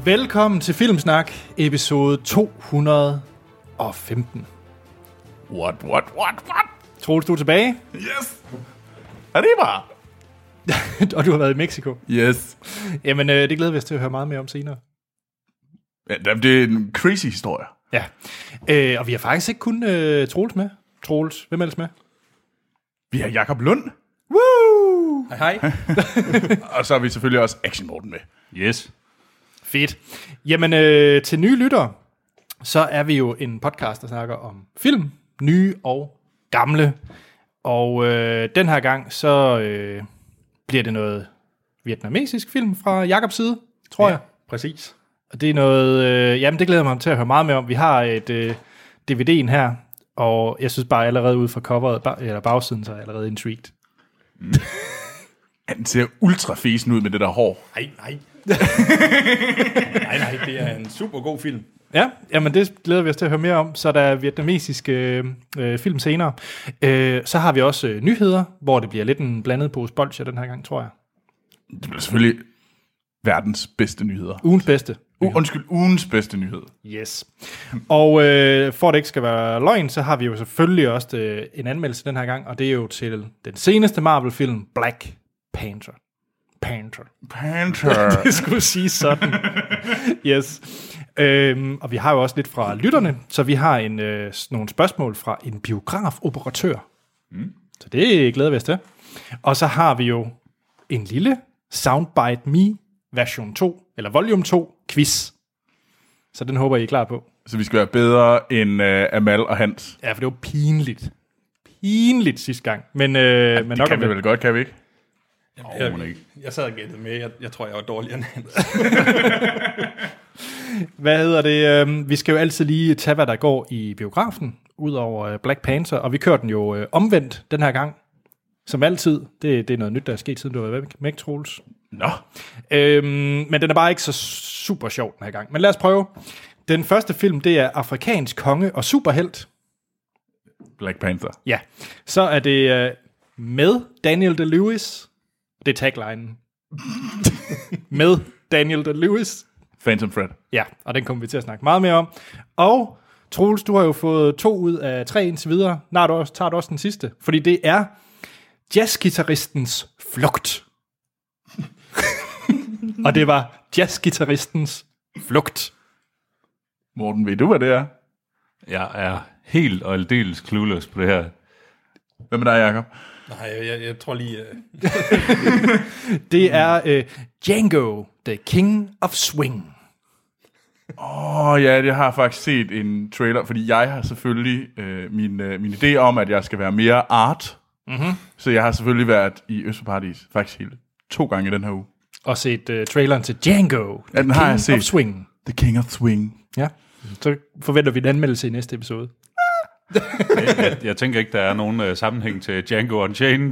Velkommen til Filmsnak, episode 215. What? Troels, du er tilbage? Yes! Er det bare? Og du har været i Mexico. Yes. Jamen, det glæder vi os til at høre meget mere om senere. Ja, det er en crazy historie. Ja, og vi har faktisk ikke kun Troels med. Troels, hvem ellers med? Vi har Jakob Lund. Woo! Hej. Og så har vi selvfølgelig også Action Morten med. Yes. Fedt. Jamen, til nye lyttere, så er vi jo en podcast, der snakker om film, nye og gamle. Og den her gang, så bliver det noget vietnamesisk film fra Jakobs side, tror jeg. Præcis. Og det er noget, jamen det glæder mig til at høre meget mere om. Vi har et DVD'en her, og jeg synes bare allerede ud fra coveret, eller bagsiden, så er jeg allerede intrigued. Han ser ultra fesen ud med det der hår. Nej. nej, det er en super god film. Ja, jamen det glæder vi os til at høre mere om. Så der er vietnamesiske film senere. Så har vi også nyheder, hvor det bliver lidt en blandet pose bolsjer den her gang, tror jeg. Det bliver selvfølgelig verdens bedste nyheder. Ugens bedste. Ugens bedste nyhed. Yes. Og for at det ikke skal være løgn, så har vi jo selvfølgelig også en anmeldelse den her gang, og det er jo til den seneste Marvel-film, Black Panther. Panther. Det skulle sige sådan. Yes. Og vi har jo også lidt fra lytterne, så vi har nogle spørgsmål fra en biografoperatør. Så det glæder vi os til. Og så har vi jo en lille Soundbite Me version 2, eller volume 2 quiz. Så den håber I er klar på. Så vi skal være bedre end Amal og Hans. Ja, for det var pinligt. Pinligt sidste gang. Men Det nok kan vi vel godt, kan vi ikke? Jeg sad og gættede med. Jeg tror, jeg var dårligere end Hans. Hvad hedder det? Vi skal jo altid lige tage, hvad der går i biografen, ud over Black Panther, og vi kører den jo omvendt den her gang. Som altid. Det er noget nyt, der er sket, siden du har været med, Troels. Nå. Men den er bare ikke så super sjov den her gang. Men lad os prøve. Den første film, det er Afrikansk konge og superhelt. Black Panther. Ja. Så er det med Daniel Day-Lewis. Det er taglinen. Med Daniel Day-Lewis. Phantom Thread. Ja, og den kommer vi til at snakke meget mere om. Og Troels, du har jo fået 2 ud af 3 indtil videre. Tager du også den sidste? Fordi det er jazzgitarristens flugt. Og det var jazzgitarristens flugt. Morten, ved du, hvad det er? Jeg er helt og aldeles clueless på det her. Hvad med dig, Jacob? Nej, jeg tror lige... Det er Django, the King of Swing. Ja, jeg har faktisk set en trailer, fordi jeg har selvfølgelig min idé om, at jeg skal være mere art. Mm-hmm. Så jeg har selvfølgelig været i Østparadis faktisk hele 2 gange i den her uge. Og set traileren til Django, the King of Swing. The King of Swing. Ja, så forventer vi en anmeldelse i næste episode. jeg tænker ikke, der er nogen sammenhæng til Django Unchained.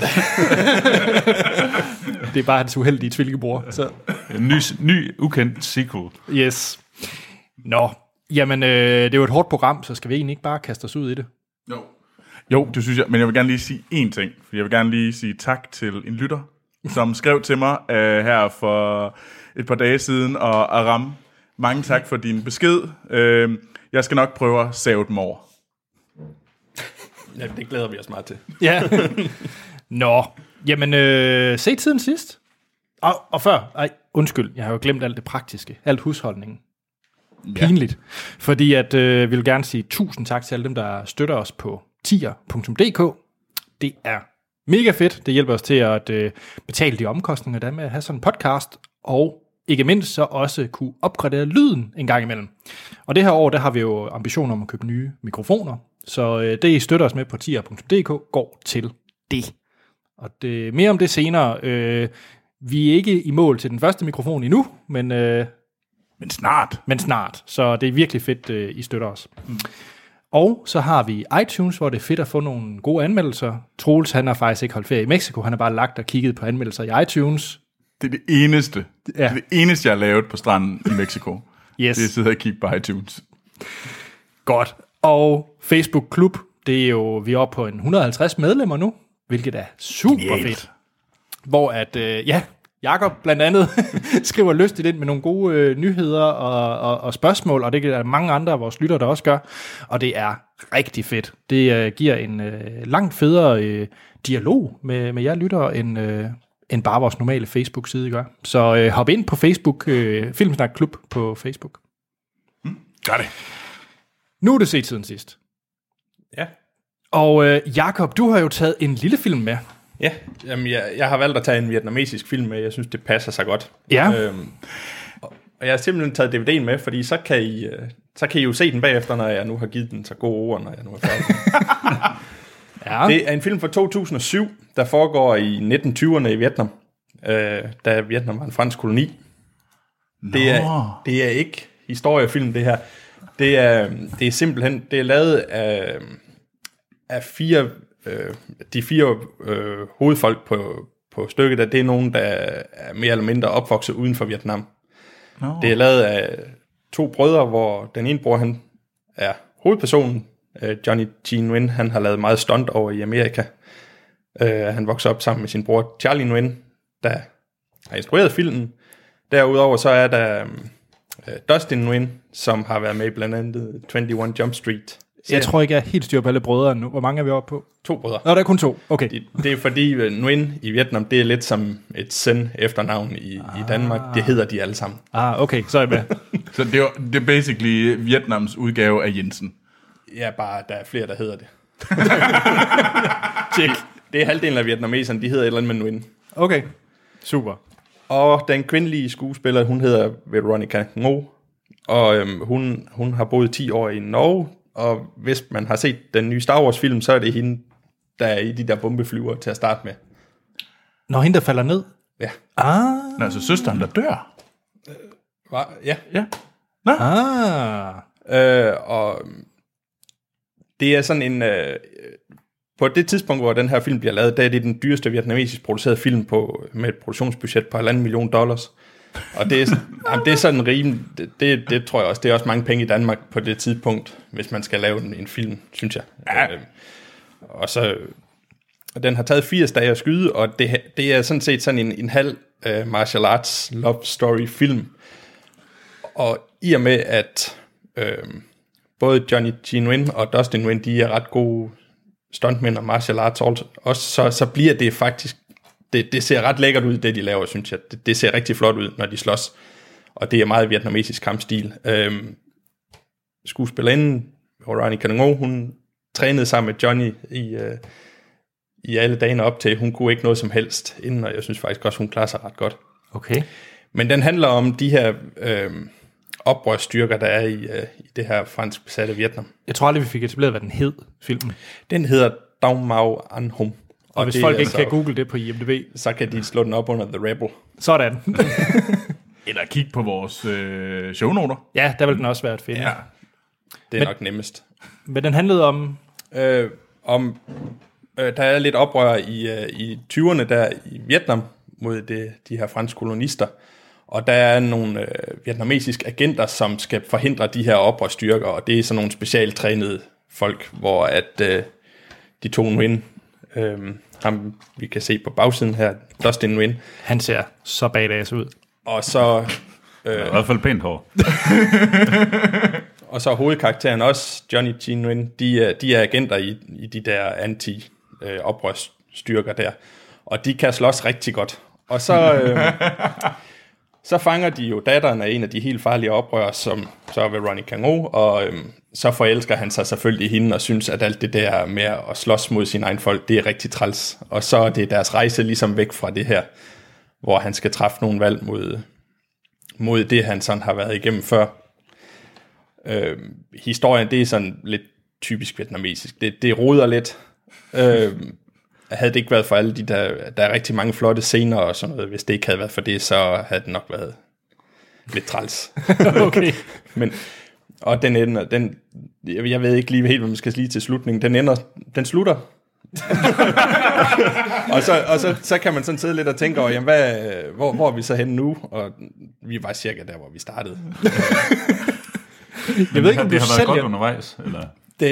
Det er bare hans uheldige tvillingebror. Så. En ny ukendt sequel. Yes. Nå, jamen det er jo et hårdt program, så skal vi egentlig ikke bare kaste os ud i det? Jo, det synes jeg, men jeg vil gerne lige sige én ting. For jeg vil gerne lige sige tak til en lytter, som skrev til mig her for et par dage siden, og Aram, mange tak for din besked. Jeg skal nok prøve at save dem over. Ja, det glæder vi os meget til. Ja. Nå, jamen se tiden sidst. Og før, undskyld, jeg har jo glemt alt det praktiske, alt husholdningen. Pinligt. Fordi at vi vil gerne sige tusind tak til alle dem, der støtter os på tier.dk. Det er mega fedt. Det hjælper os til at betale de omkostninger, der er med at have sådan en podcast, og ikke mindst så også kunne opgradere lyden en gang imellem. Og det her år, der har vi jo ambitioner om at købe nye mikrofoner, så det I støtter os med på tier.dk går til det. Og mere om det senere. Vi er ikke i mål til den første mikrofon endnu, men snart. Så det er virkelig fedt, I støtter os. Og så har vi iTunes, hvor det er fedt at få nogle gode anmeldelser. Troels, han har faktisk ikke holdt ferie i Mexico. Han har bare lagt og kigget på anmeldelser i iTunes. Det er det eneste. Ja. Det er det eneste, jeg har lavet på stranden i Mexico. Yes. Det er at sidde og kigge på iTunes. Godt. Og Facebook Klub, det er jo, vi er oppe på 150 medlemmer nu, hvilket er super fedt. Hvor at, Jakob blandt andet skriver lystigt ind med nogle gode nyheder og spørgsmål, og det er mange andre af vores lyttere, der også gør, og det er rigtig fedt. Det giver en langt federe dialog med jer lyttere, end bare vores normale Facebook-side gør. Så hop ind på Facebook, Filmsnak Klub på Facebook. Gør det. Nu er det set siden sidst. Ja. Og Jakob, du har jo taget en lille film med. Ja, jamen, jeg har valgt at tage en vietnamesisk film med. Jeg synes, det passer sig godt. Ja. Og jeg har simpelthen taget DVD'en med, fordi så kan I jo se den bagefter, når jeg nu har givet den så gode ord, når jeg nu er færdig. Ja. Det er en film fra 2007, der foregår i 1920'erne i Vietnam, da Vietnam var en fransk koloni. Det er ikke historiefilm, det her. Det er simpelthen, det er lavet af de fire hovedfolk på stykket, der det er nogen, der er mere eller mindre opvokset uden for Vietnam. Det er lavet af 2 brødre, hvor den ene bror, han er hovedpersonen. Johnny G. Nguyen, han har lavet meget stunt over i Amerika. Han voksede op sammen med sin bror Charlie Nguyen, der har instrueret filmen. Derudover så er der Dustin Nguyen, som har været med i blandt andet 21 Jump Street. Jeg tror ikke, jeg er helt styr på alle brødre nu. Hvor mange er vi oppe på? 2 brødre. Nå, der er kun 2. Okay. Det er fordi Nguyen i Vietnam, det er lidt som et Sen efternavn i Danmark. Det hedder de alle sammen. Okay, så er jeg med. Så det er basically Vietnams udgave af Jensen. Ja, bare der er flere, der hedder det. Check. Det er halvdelen af vietnameserne, de hedder et eller andet med Nguyen. Okay, super. Og den kvindelige skuespiller, hun hedder Veronica Ngo, og hun har boet 10 år i Norge, og hvis man har set den nye Star Wars film, så er det hende, der er i de der bombeflyver til at starte med. Når hende, der falder ned? Ja. Nå, altså søsteren, der dør. Ja. Ja. Og det er sådan en... på det tidspunkt, hvor den her film bliver lavet, der er det den dyreste vietnamesisk producerede film med et produktionsbudget på $1,5 million. Og det er sådan rimelig... Det tror jeg også, det er også mange penge i Danmark på det tidspunkt, hvis man skal lave en film, synes jeg. Ja. Og så... Den har taget 80 dage at skyde, og det er sådan set sådan en halv martial arts love story film. Og i og med, at både Johnny G. Nguyen og Dustin Nguyen, de er ret gode stuntmænd og martial arts også, så bliver det faktisk, det ser ret lækkert ud, det de laver, synes jeg. Det ser rigtig flot ud, når de slås, og det er meget vietnamesisk kampstil. Skuespillerinden, Veronica Ngo, hun trænede sammen med Johnny i alle dagene op til. Hun kunne ikke noget som helst inden, og jeg synes faktisk også, hun klarer sig ret godt. Okay. Men den handler om de her oprørsstyrker, der er i det her fransk besatte Vietnam. Jeg tror aldrig, vi fik etableret, hvad den hed, filmen. Den hedder Dong Mao An Hum. Og hvis folk ikke kan google det på IMDb, så kan de slå den op under The Rebel. Sådan. Eller kig på vores shownoter. Ja, der vil den også være at finde. Ja, det er nok nemmest. Men den handlede om... Der er lidt oprør i 20'erne der i Vietnam mod de her franske kolonister. Og der er nogle vietnamesiske agenter, som skal forhindre de her oprørsstyrker, og det er sådan nogle specialtrænede folk, hvor at de 2 Nguyen, ham vi kan se på bagsiden her, Dustin Nguyen. Han ser så badass ud. Og så... I hvert fald pænt hår. Og så hovedkarakteren også, Johnny G. Nguyen, de er agenter i de der anti-oprørsstyrker der. Og de kan slås rigtig godt. Og så... Så fanger de jo datteren af en af de helt farlige oprører, som så er Veronica Ngo, og så forelsker han sig selvfølgelig i hende, og synes, at alt det der med at slås mod sin egen folk, det er rigtig træls. Og så er det deres rejse ligesom væk fra det her, hvor han skal træffe nogle valg mod det, han sådan har været igennem før. Historien, det er sådan lidt typisk vietnamesisk. Det roder lidt. Havde det ikke været for alle de der er rigtig mange flotte scener og sådan noget, hvis det ikke havde været for det, så havde det nok været lidt træls. Okay. Og den ender, jeg ved ikke lige helt, hvad man skal sige til slutningen, den slutter. og så kan man sådan sidde lidt og tænke over, jamen hvor er vi så henne nu? Og vi var cirka der, hvor vi startede. Jeg ved ikke, om det du har været selv... godt undervejs, eller?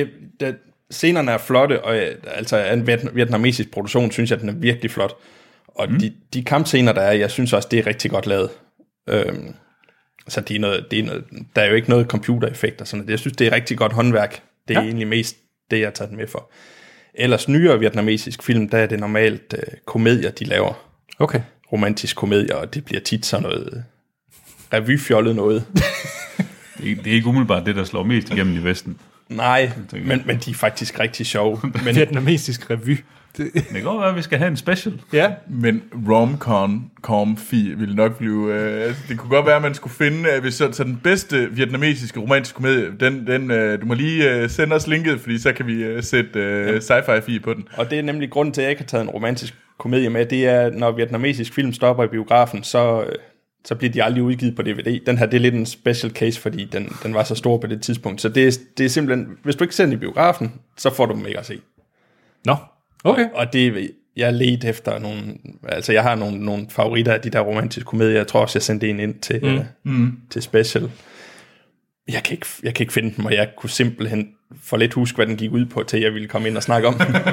Scenerne er flotte, og altså en vietnamesisk produktion, synes jeg, den er virkelig flot. Og de kampscener, der er, jeg synes også, det er rigtig godt lavet. Så det er noget, der er jo ikke noget computereffekt og sådan noget. Jeg synes, det er rigtig godt håndværk. Det er egentlig mest det, jeg har taget med for. Ellers nyere vietnamesisk film, der er det normalt komedier, de laver. Okay. Romantisk komedier, og det bliver tit sådan noget revyfjollet noget. Det er ikke umiddelbart det, der slår mest igennem i Vesten. Nej, men de er faktisk rigtig sjove. Men Vietnamesisk revy. Det kan godt være, at vi skal have en special. Ja. Men rom-com-fi ville nok blive... det kunne godt være, at man skulle finde... hvis så den bedste vietnamesiske romantiske komedie, du må lige sende os linket, fordi så kan vi sætte sci-fi-fi på den. Og det er nemlig grunden til, at jeg ikke har taget en romantisk komedie med. Det er, når vietnamesisk film stopper i biografen, så bliver de aldrig udgivet på DVD. Den her, det er lidt en special case, fordi den var så stor på det tidspunkt. Så det er simpelthen... Hvis du ikke ser den i biografen, så får du dem ikke at se. Nå. Okay. Og det, jeg er let efter nogle... Altså, jeg har nogle favoritter af de der romantiske komedier. Jeg tror også, jeg sendte en ind til special. Jeg kan ikke finde dem, og jeg kunne simpelthen for lidt huske, hvad den gik ud på, til jeg ville komme ind og snakke om.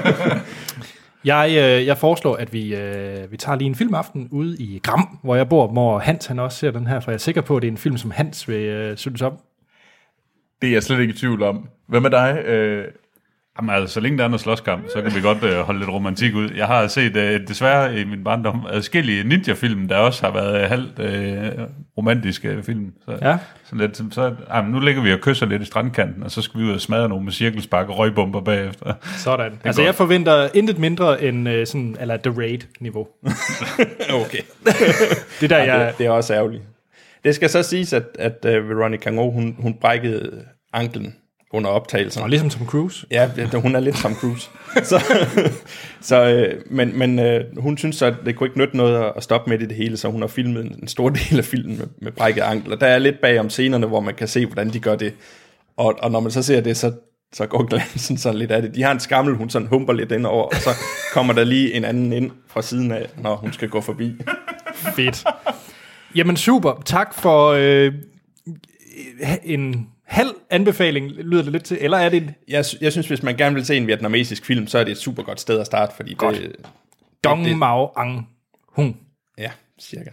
Jeg foreslår, at vi tager lige en filmaften ude i Gram, hvor jeg bor, hvor Hans han også ser den her, for jeg er sikker på, at det er en film, som Hans vil synes om. Det er jeg slet ikke i tvivl om. Hvad med dig? Jamen altså, så længe der er noget slåskamp, så kan vi godt holde lidt romantik ud. Jeg har set desværre i min barndom adskillige ninja-film, der også har været halvt romantiske film. Nu ligger vi og kysser lidt i strandkanten, og så skal vi ud og smadre nogle med cirkelspark og røgbomber bagefter. Sådan. Altså jeg forventer intet mindre end sådan, eller The Raid-niveau. Okay. Det er også ærgerligt. Det skal så siges, at Veronica Ngo, hun brækkede anklen under optagelsen. Og ligesom Tom Cruise. Ja, hun er lidt Tom Cruise. Men hun synes så, at det kunne ikke nytte noget at stoppe med det hele, så hun har filmet en stor del af filmen med brækket ankler. Der er lidt bag om scenerne, hvor man kan se, hvordan de gør det. Og når man så ser det, så går glansen sådan lidt af det. De har en skammel, hun sådan humper lidt indover, og så kommer der lige en anden ind fra siden af, når hun skal gå forbi. Fedt. Jamen super. Tak for en halv anbefaling, lyder det lidt til, eller er det Jeg synes, hvis man gerne vil se en vietnamesisk film, så er det et super godt sted at starte, fordi det... Dong Mao Ang Hung. Ja, cirka.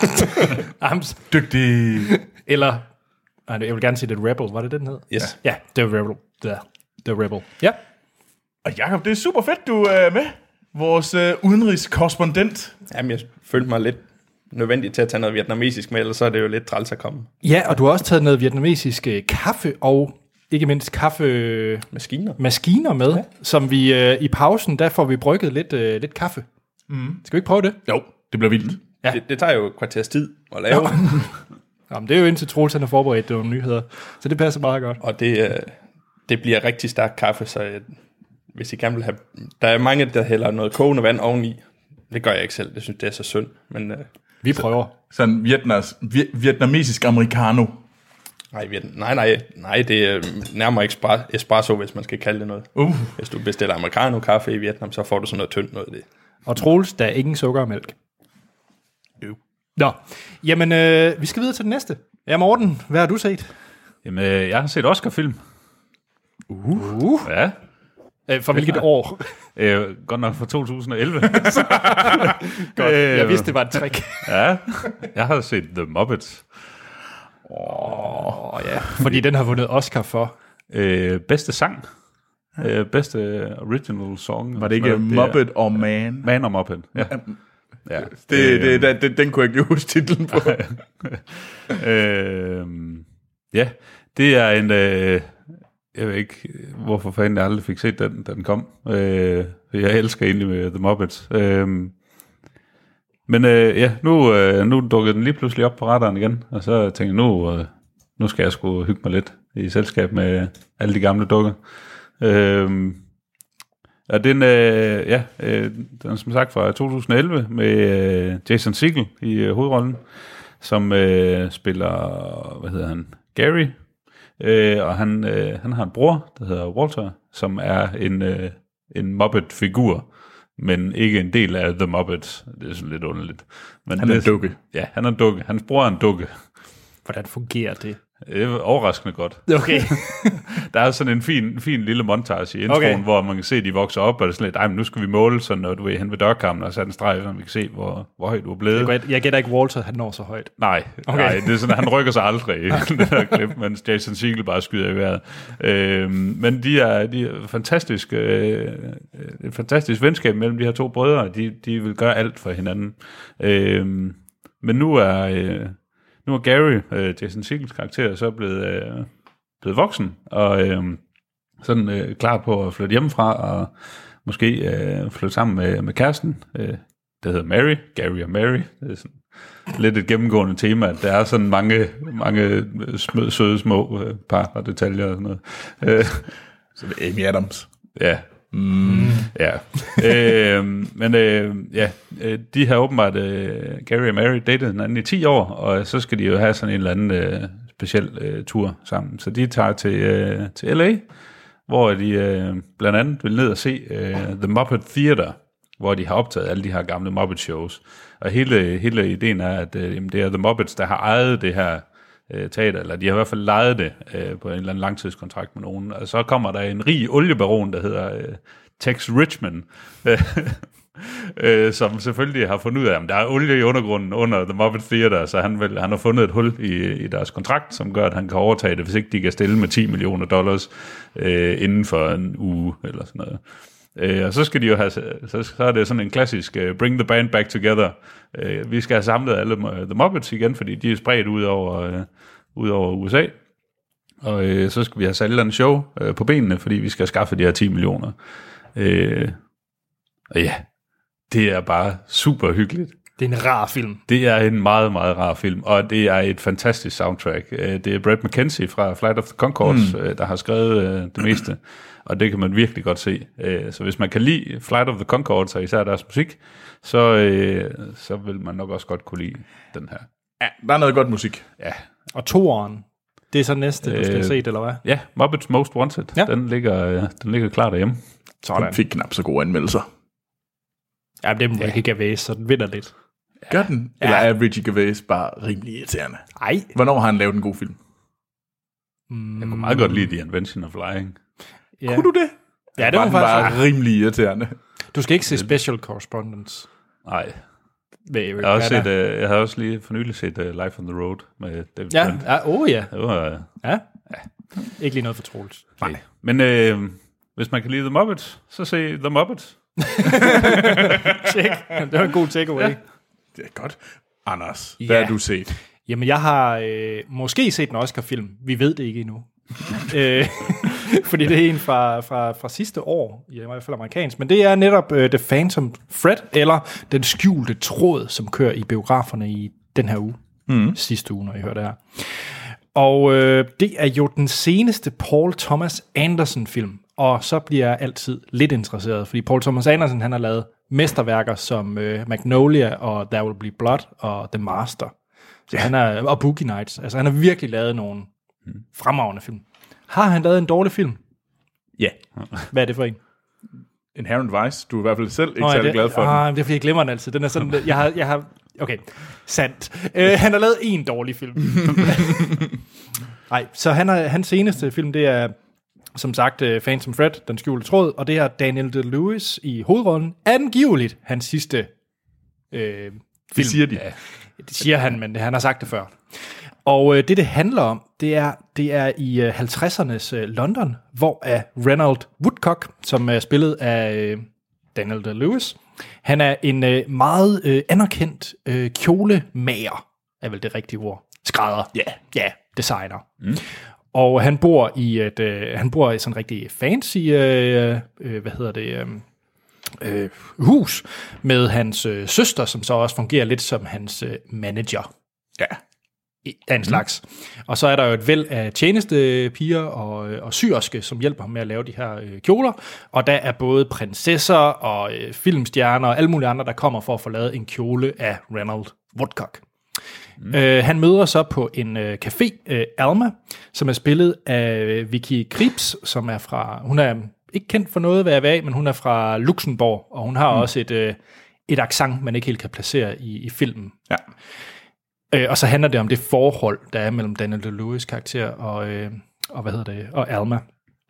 Dygtig. Eller, jeg vil gerne sige The Rebel, var det den hed? Yes. Ja, The Rebel. The Rebel. Ja. Og Jacob, det er super fedt, du er med. Vores udenrigskorrespondent. Jamen, jeg følte mig lidt nødvendigt til at tage noget vietnamesisk med, ellers så er det jo lidt træls at komme. Ja, og du har også taget noget vietnamesisk kaffe og ikke mindst kaffemaskiner med, ja. Som vi i pausen, der får vi brygget lidt kaffe. Skal vi ikke prøve det? Jo, det bliver vildt. Ja. Det tager jo et kvarters tid at lave. Ja. Jamen, det er jo indtil Troels han har forberedt nogle nyheder, så det passer meget godt. Og det bliver rigtig stærk kaffe, så hvis I gerne vil have... Der er mange, der hælder noget kogende vand oveni. Det gør jeg ikke selv, det synes det er så synd, men... Vi prøver. Sådan vietnamesisk americano. Nej, det er nærmere espresso, hvis man skal kalde det noget. Hvis du bestiller americano-kaffe i Vietnam, så får du sådan noget tyndt noget af det. Og Troels, der er ingen sukker og mælk. Nå, jamen, vi skal videre til den næste. Ja, Morten, hvad har du set? Jamen, jeg har set Oscar-film. Ja. For hvilket år? Godt nok fra 2011. Godt, jeg vidste, det var et trick. Ja, jeg har set The Muppets. Ja, fordi den har vundet Oscar for. Bedste sang. Bedste original song. Var det ikke Muppet or Man? Man or Muppet, ja. Ja. Den kunne jeg ikke huske titlen på. Ja, det er en... jeg ved ikke, hvorfor fanden jeg aldrig fik set den, da den kom. Jeg elsker egentlig med The Muppets. Men nu dukkede den lige pludselig op på radaren igen, og så tænkte jeg, nu skal jeg sgu hygge mig lidt i selskab med alle de gamle dukker. Og den er som sagt fra 2011 med Jason Segel i hovedrollen, som spiller, hvad hedder han, Gary. Og han har en bror, der hedder Walter, som er en Muppet-figur, men ikke en del af The Muppets. Det er sådan lidt underligt. Men han er en dukke. Ja, han er en dukke. Hans bror er en dukke. Hvordan fungerer det? Det er overraskende godt. Okay. Der er sådan en fin lille montage i introen, hvor man kan se, at de vokser op, og det er sådan lidt, nu skal vi måle, så når du er hen ved dørkammen og sætte en streg, så vi kan se, hvor højt du er blevet. Jeg gætter ikke Walter, han når så højt. Nej, det er sådan, han rykker sig aldrig i det her klip, mens Jason Segel bare skyder i vejret. Men de er fantastisk, et fantastisk venskab mellem de her to brødre. De vil gøre alt for hinanden. Men nu er Gary, Jason Segels karakter, så blevet voksen, og sådan klar på at flytte hjemmefra, og måske flytte sammen med kæresten, der hedder Mary, Gary og Mary. Det er sådan lidt et gennemgående tema, at der er sådan mange søde små par og detaljer og sådan noget. Så det er Amy Adams. Ja. Ja. De har åbenbart Gary og Mary datet hinanden i 10 år, og så skal de jo have sådan en eller anden speciel tur sammen. Så de tager til LA, hvor de blandt andet vil ned og se The Muppet Theater, hvor de har optaget alle de her gamle Muppet shows. Og hele ideen er, at det er The Muppets, der har ejet det her teater, eller de har i hvert fald lejet det på en eller anden langtidskontrakt med nogen. Og så kommer der en rig oliebaron, der hedder Tex Richman, som selvfølgelig har fundet ud af, at der er olie i undergrunden under The Muppet Theater, så han har fundet et hul i deres kontrakt, som gør, at han kan overtage det, hvis ikke de kan stille med $10 million inden for en uge, eller sådan noget. Og så skal de jo have, så er det sådan en klassisk bring the band back together. Vi skal have samlet alle The Muppets igen, fordi de er spredt ud over USA. Og så skal vi have sat en show på benene, fordi vi skal skaffe de her 10 millioner. Og ja, det er bare super hyggeligt. Det er en rar film. Det er en meget, meget rar film, og det er et fantastisk soundtrack. Det er Brad McKenzie fra Flight of the Conchords, der har skrevet det meste, og det kan man virkelig godt se. Så hvis man kan lide Flight of the Conchords, og især deres musik, så vil man nok også godt kunne lide den her. Ja, der er noget godt musik. Ja. Og toeren, det er så næste, du skal se det, eller hvad? Ja, Muppets Most Wanted. Ja. Den ligger klar derhjemme. Den fik knap så gode anmeldelser. Ja, det er Ricky Gervais, så den vinder lidt. Gør den? Ja. Eller er Ricky Gervais bare rimelig irriterende? Nej. Hvornår har han lavet en god film? Jeg kunne meget godt lide The Invention of Lying. Ja. Kunne du det? Ja, det var faktisk bare rimelig irriterende. Du skal ikke se Special Correspondence. Nej. Jeg har også lige for nylig set Life on the Road med David Brent. Ja. Det var, ja. Ikke lige noget for Troels. Nej. Men hvis man kan lide The Muppets, så se The Muppets. Check. Det var en god takeaway. Ja. Det er godt. Anders, hvad har du set? Jamen, jeg har måske set en Oscar-film. Vi ved det ikke endnu. Fordi det er en fra sidste år, i hvert fald amerikansk. Men det er netop The Phantom Thread, eller Den skjulte tråd, som kører i biograferne i den her uge. Sidste uge, når I hører det her. Og det er jo den seneste Paul Thomas Anderson-film. Og så bliver jeg altid lidt interesseret, fordi Paul Thomas Anderson, han har lavet mesterværker som Magnolia og There Will Be Blood og The Master. Så og Boogie Nights. Altså, han har virkelig lavet nogle fremragende film. Har han lavet en dårlig film? Ja. Hvad er det for en? Inherent Vice. Du er i hvert fald selv ikke særlig glad for den. Det er fordi, jeg glemmer den altid. Den er sådan, jeg har okay, sandt. Han har lavet en dårlig film. Nej, så hans seneste film, det er som sagt Phantom Thread, Den skjulte tråd, og det er Daniel Day-Lewis i hovedrollen. Angiveligt hans sidste film. Det siger de. Ja, det siger han, men han har sagt det før. Og det handler om, det er i 50'ernes London, hvor Ronald Woodcock, som er spillet af Daniel Day-Lewis, han er en meget anerkendt kjolemager, er vel det rigtige ord. Skrædder. Ja, designer. Og han bor i sådan en rigtig fancy hus med hans søster, som så også fungerer lidt som hans manager. Ja. Af en slags. Og så er der jo et væld af tjenestepiger og syerske, som hjælper ham med at lave de her kjoler. Og der er både prinsesser og filmstjerner og alle mulige andre, der kommer for at få lavet en kjole af Ronald Woodcock. Han møder så på en café, Alma, som er spillet af Vicky Krieps, som er hun er ikke kendt for noget, hvad jeg ved, men hun er fra Luxembourg, og hun har også et accent, man ikke helt kan placere i filmen. Ja. Og så handler det om det forhold, der er mellem Daniel Day-Lewis karakter og Alma.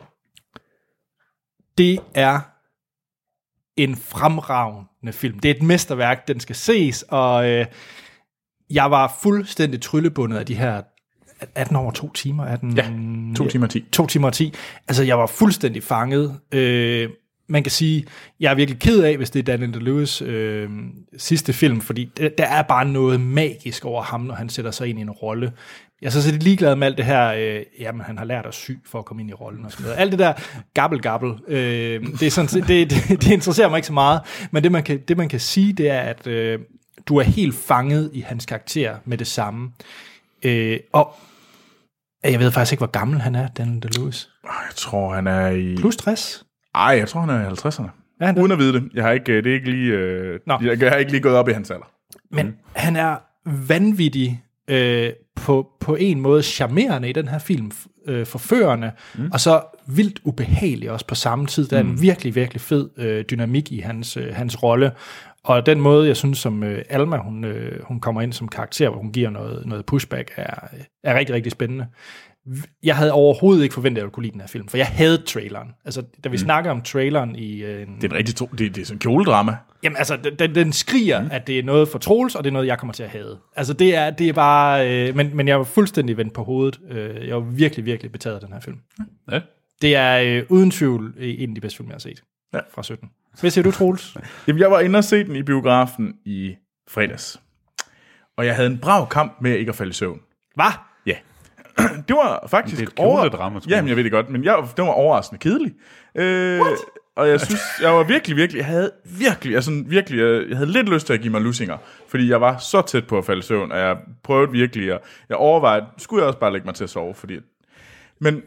Det er en fremragende film. Det er et mesterværk, den skal ses, og jeg var fuldstændig tryllebundet af de her 18 over 2 timer. 2 timer og 10. 2 timer og 10. Altså, jeg var fuldstændig fanget. Man kan sige, jeg er virkelig ked af, hvis det er Daniel Day-Lewis sidste film, fordi der er bare noget magisk over ham, når han sætter sig ind i en rolle. Jeg er så lidt ligeglad med alt det her, jamen han har lært at sy for at komme ind i rollen og sådan noget. Alt det der gabbel, det interesserer mig ikke så meget, men det man kan sige, det er, at du er helt fanget i hans karakter med det samme. Og jeg ved faktisk ikke, hvor gammel han er, Daniel Day-Lewis. Jeg tror, han er i... Plus 60? Ej, jeg tror, han er i 50'erne. Uden at vide det. Jeg har ikke lige gået op i hans alder. Men han er vanvittig på en måde charmerende i den her film, forførende, og så vildt ubehagelig også på samme tid. Der er en virkelig, virkelig fed dynamik i hans rolle. Og den måde, jeg synes, som Alma, hun kommer ind som karakter, hvor hun giver noget pushback, er rigtig, rigtig spændende. Jeg havde overhovedet ikke forventet, at jeg kunne lide den her film, for jeg havde traileren. Altså, da vi snakker om traileren i... Det er det er sådan en kjoledrama. Jamen, altså, den skriger, at det er noget for Troels, og det er noget, jeg kommer til at hade. Altså, det er bare... Men jeg var fuldstændig vendt på hovedet. Jeg var virkelig, virkelig betaget af den her film. Ja. Det er uden tvivl en af de bedste film, jeg har set fra 17. Hvad siger du, Troels? Jamen, jeg var inde og se den i biografen i fredags. Og jeg havde en brav kamp med ikke at falde i søvn. Hvad? Ja. Det var faktisk drama. Jamen, jeg ved det godt, men det var overraskende kedelig. Og jeg synes, jeg var virkelig, jeg havde lidt lyst til at give mig lussinger, fordi jeg var så tæt på at falde i søvn, og jeg prøvede virkelig, og jeg overvejede, skulle jeg også bare lægge mig til at sove, men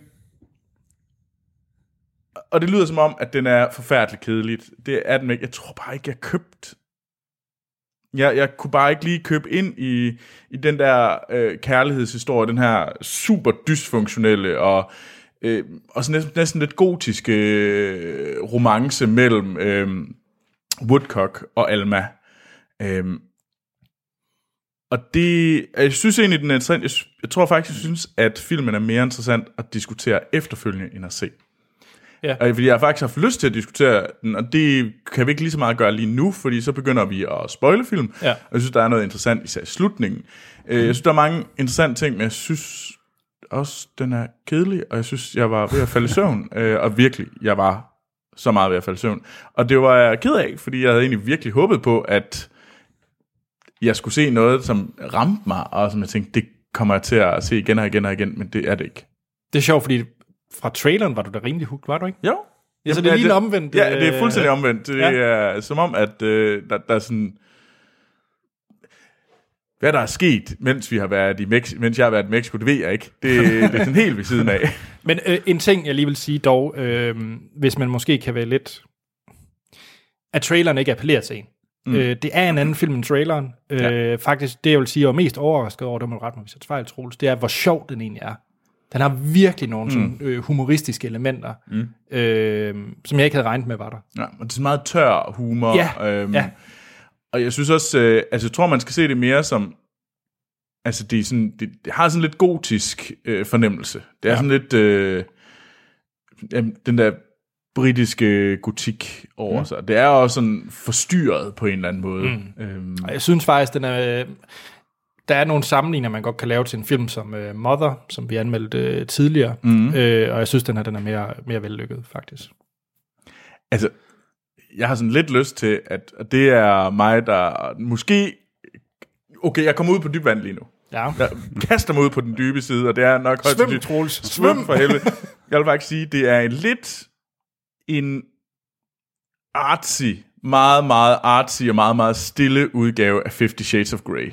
og det lyder som om, at den er forfærdeligt kedeligt. Det er den ikke. Jeg tror bare ikke, jeg købte. Jeg kunne bare ikke lige købe ind i den der kærlighedshistorie, den her super dysfunktionelle og så næsten lidt gotiske romance mellem Woodcock og Alma. Og det, jeg synes egentlig, den er interessant. Jeg tror faktisk, jeg synes, at filmen er mere interessant at diskutere efterfølgende, end at se. Ja. Fordi jeg har faktisk haft lyst til at diskutere den, og det kan vi ikke lige så meget gøre lige nu, fordi så begynder vi at spoile film, og jeg synes, der er noget interessant især i slutningen. Jeg synes, der er mange interessante ting, men jeg synes også, den er kedelig, og jeg synes, jeg var ved at falde i søvn, og virkelig, jeg var så meget ved at falde i søvn. Og det var jeg ked af, fordi jeg havde egentlig virkelig håbet på, at jeg skulle se noget, som ramte mig, og som jeg tænkte, det kommer jeg til at se igen og igen og igen, men det er det ikke. Det er sjovt, fordi fra traileren var du da rimelig hooked, var du ikke? Jo. Ja, så det er lige omvendt. Ja, det er fuldstændig omvendt. Det er som om, at der er sådan... Hvad der er sket, mens jeg har været i Mexico, det ved jeg ikke. Det er sådan helt ved siden af. Men en ting, jeg lige vil sige dog, hvis man måske kan være lidt... At traileren ikke appellerer til en. Det er en anden film end traileren. Faktisk, det jeg vil sige, jeg var mest overrasket over, det må du rette mig, hvis jeg tager fejl, Troels, det er, hvor sjov den egentlig er. Den har virkelig nogle sådan, humoristiske elementer, som jeg ikke havde regnet med, var der. Ja, og det er sådan meget tør humor. Og jeg synes også, jeg tror, man skal se det mere som, altså det er sådan, det har sådan lidt gotisk fornemmelse. Det er sådan lidt, den der britiske gotik over sig. Det er også sådan forstyrret på en eller anden måde. Og jeg synes faktisk, der er nogle sammenligninger, man godt kan lave til en film som Mother, som vi anmeldte tidligere, og jeg synes, den er mere vellykket, faktisk. Altså, jeg har sådan lidt lyst til, at det er mig, der måske... Okay, jeg kommer ud på dyb vand lige nu. Ja. Jeg kaster mig ud på den dybe side, og det er nok... Svøm, Troels. Svøm for helvede. Jeg vil faktisk sige, det er en artsy, meget, meget artsy og meget, meget stille udgave af 50 Shades of Grey.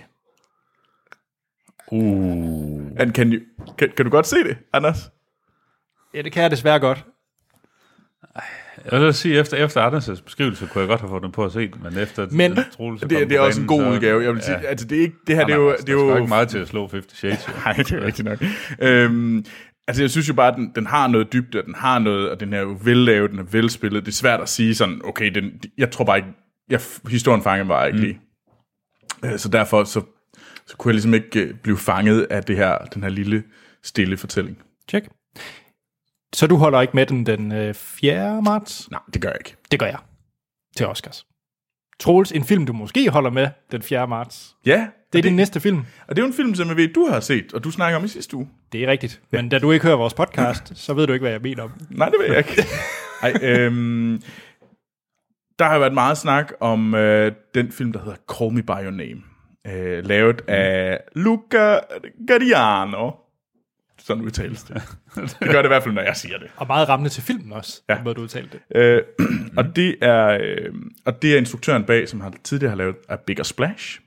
Kan du godt se det, Anders? Ja, det kan jeg desværre godt. Jeg vil sige, efter Anders' beskrivelse, kunne jeg godt have fået den på at se den, men efter Troels... Det er også en god udgave. Jeg vil sige, altså det er ikke... Det her, det er jo... Det er jo ikke meget til at slå 50 Shades. Nej, det er rigtigt nok. Altså, jeg synes jo bare, at den har noget dybde, og den har noget, og den er jo vellavet, den er velspillet. Det er svært at sige sådan, okay, jeg tror bare ikke... Historien fanger var ikke lige. Så derfor, så kunne jeg ligesom ikke blive fanget af den her lille, stille fortælling. Check. Så du holder ikke med den 4. marts? Nej, det gør jeg ikke. Det gør jeg. Til Oscars. Troels, en film, du måske holder med den 4. marts. Ja. Det er din næste film. Og det er jo en film, som jeg ved, du har set, og du snakker om i sidste uge. Det er rigtigt. Men da du ikke hører vores podcast, så ved du ikke, hvad jeg mener om. Nej, det ved jeg ikke. Der har været meget snak om den film, der hedder Call Me By Your Name. Lavet af Luca Guadagnino. Sådan udtales det. Det gør det i hvert fald, når jeg siger det. Og meget rammende til filmen også, ja. Måde du udtalte det. Og det er instruktøren bag, som tidligere har lavet A Bigger Splash.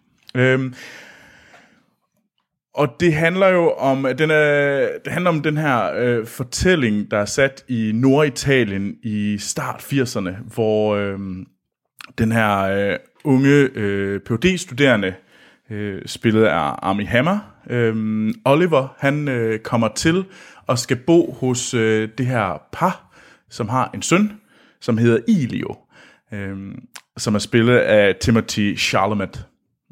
Og det handler jo om den her fortælling, der er sat i Norditalien i start 80'erne, hvor den her unge Ph.D.-studerende, spillet af Armie Hammer, Oliver, han kommer til og skal bo hos det her par, som har en søn, som hedder Elio, som er spillet af Timothy Chalamet.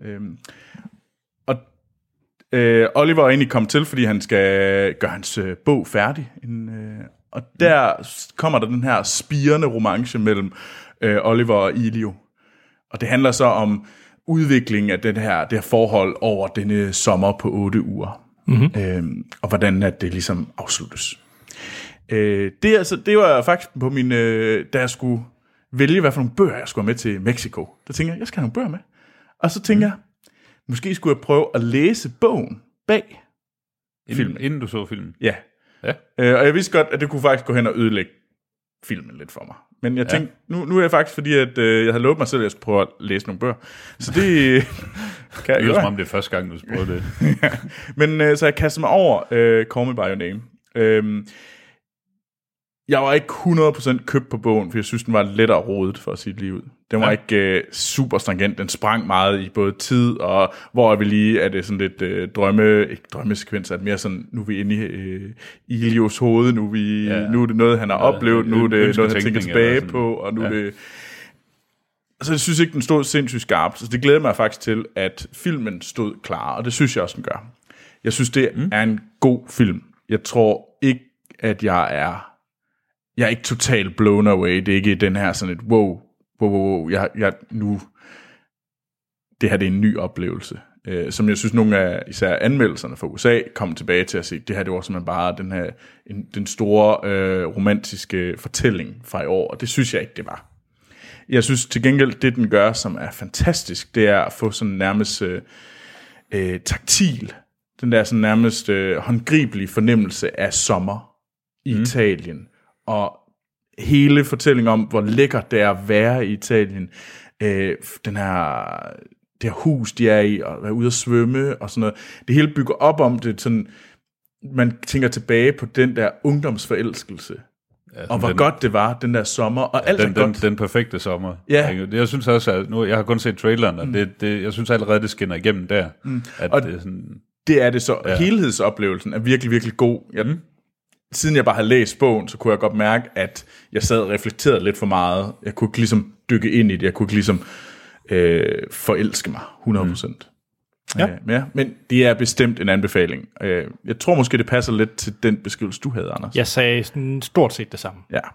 Oliver er egentlig kommet til, fordi han skal gøre hans bog færdig. Og der kommer der den her spirende romance mellem Oliver og Elio. Og det handler så om udviklingen af det her forhold over denne sommer på 8 uger. Mm-hmm. Og hvordan at det ligesom afsluttes. Det var faktisk på min... da jeg skulle vælge, hvad for nogle bøger jeg skulle have med til Mexico. Der tænkte jeg skal have nogle bøger med. Og så tænkte jeg, måske skulle jeg prøve at læse bogen bag filmen. Inden du så filmen? Ja. Og jeg vidste godt, at det kunne faktisk gå hen og ødelægge filmen lidt for mig. Men jeg tænkte, nu er jeg faktisk, fordi at, jeg havde lovet mig selv, at jeg skulle prøve at læse nogle bøger. Så det kan jeg gøre. Som om det er første gang, du prøvede det. Ja. Men så jeg kastede mig over Call Me By Your Name. Jeg var ikke 100% købt på bogen, for jeg synes, den var lettere rodet, for at sige det lige ud. Den var ikke super stringent. Den sprang meget i både tid, og hvor er vi lige, er det sådan lidt ikke drømmesekvenser, at mere sådan, nu er vi inde i Ilios hoved, nu er det noget, han har oplevet, nu er det noget, han tænker tilbage på, og nu er det... Så jeg synes ikke, den stod sindssygt skarpt, så det glæder mig faktisk til, at filmen stod klar, og det synes jeg også, den gør. Jeg synes, det er en god film. Jeg tror ikke, at jeg er ikke totalt blown away. Det er ikke den her sådan et wow, jeg nu, det her det er en ny oplevelse, som jeg synes nogle af især anmeldelserne fra USA kom tilbage til at se. Det her det var simpelthen bare den store romantiske fortælling fra i år, og det synes jeg ikke det var. Jeg synes til gengæld det den gør, som er fantastisk, det er at få sådan nærmest taktil, den der sådan nærmest håndgribelige fornemmelse af sommer i Italien. Og hele fortællingen om, hvor lækkert det er at være i Italien, det her hus, de er i, og være ude at svømme, og sådan noget. Det hele bygger op om det, sådan, man tænker tilbage på den der ungdomsforelskelse, og hvor godt det var, den der sommer, og alt er godt. Den perfekte sommer. Ja. Jeg synes også, at nu, jeg har kun set traileren, og jeg synes allerede, det skinner igennem der. At og det er sådan, det er det så. Ja. Helhedsoplevelsen er virkelig, virkelig god. Siden jeg bare havde læst bogen, så kunne jeg godt mærke, at jeg sad og reflekterede lidt for meget. Jeg kunne ikke ligesom dykke ind i det. Jeg kunne ikke ligesom forelske mig 100%. Men det er bestemt en anbefaling. Jeg tror måske, det passer lidt til den beskrivelse, du havde, Anders. Jeg sagde sådan stort set det samme. Ja.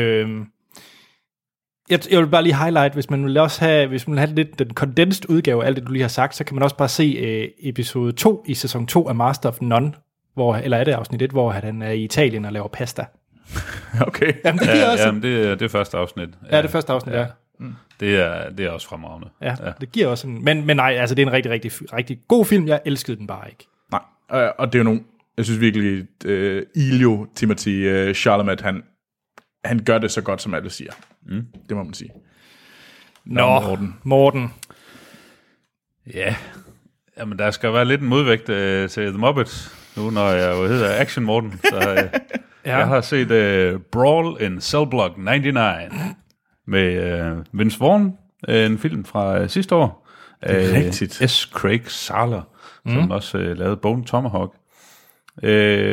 Jeg vil bare lige highlight, hvis man vil have lidt den condensed udgave af alt det, du lige har sagt, så kan man også bare se episode 2 i sæson 2 af Master of None, eller er det afsnit 1, hvor han er i Italien og laver pasta. Okay. Jamen, det giver også... Jamen, det er første afsnit. Ja, det første afsnit, ja. Det er også fremragende. Ja, det giver også en... Men nej, altså det er en rigtig, rigtig, rigtig god film. Jeg elskede den bare ikke. Nej, og det er jo nogle... Jeg synes virkelig, Elio, Timothy Chalamet, han gør det så godt, som alle siger. Det må man sige. Nå, Morten. Ja, jamen der skal være lidt en modvægt til The Muppets, nu når jeg jo hedder Action Morten. Så jeg har set Brawl in Cell Block 99 med Vince Vaughn, en film fra sidste år. Rigtigt. S. Craig Sarler, som også lavede Bone Tomahawk.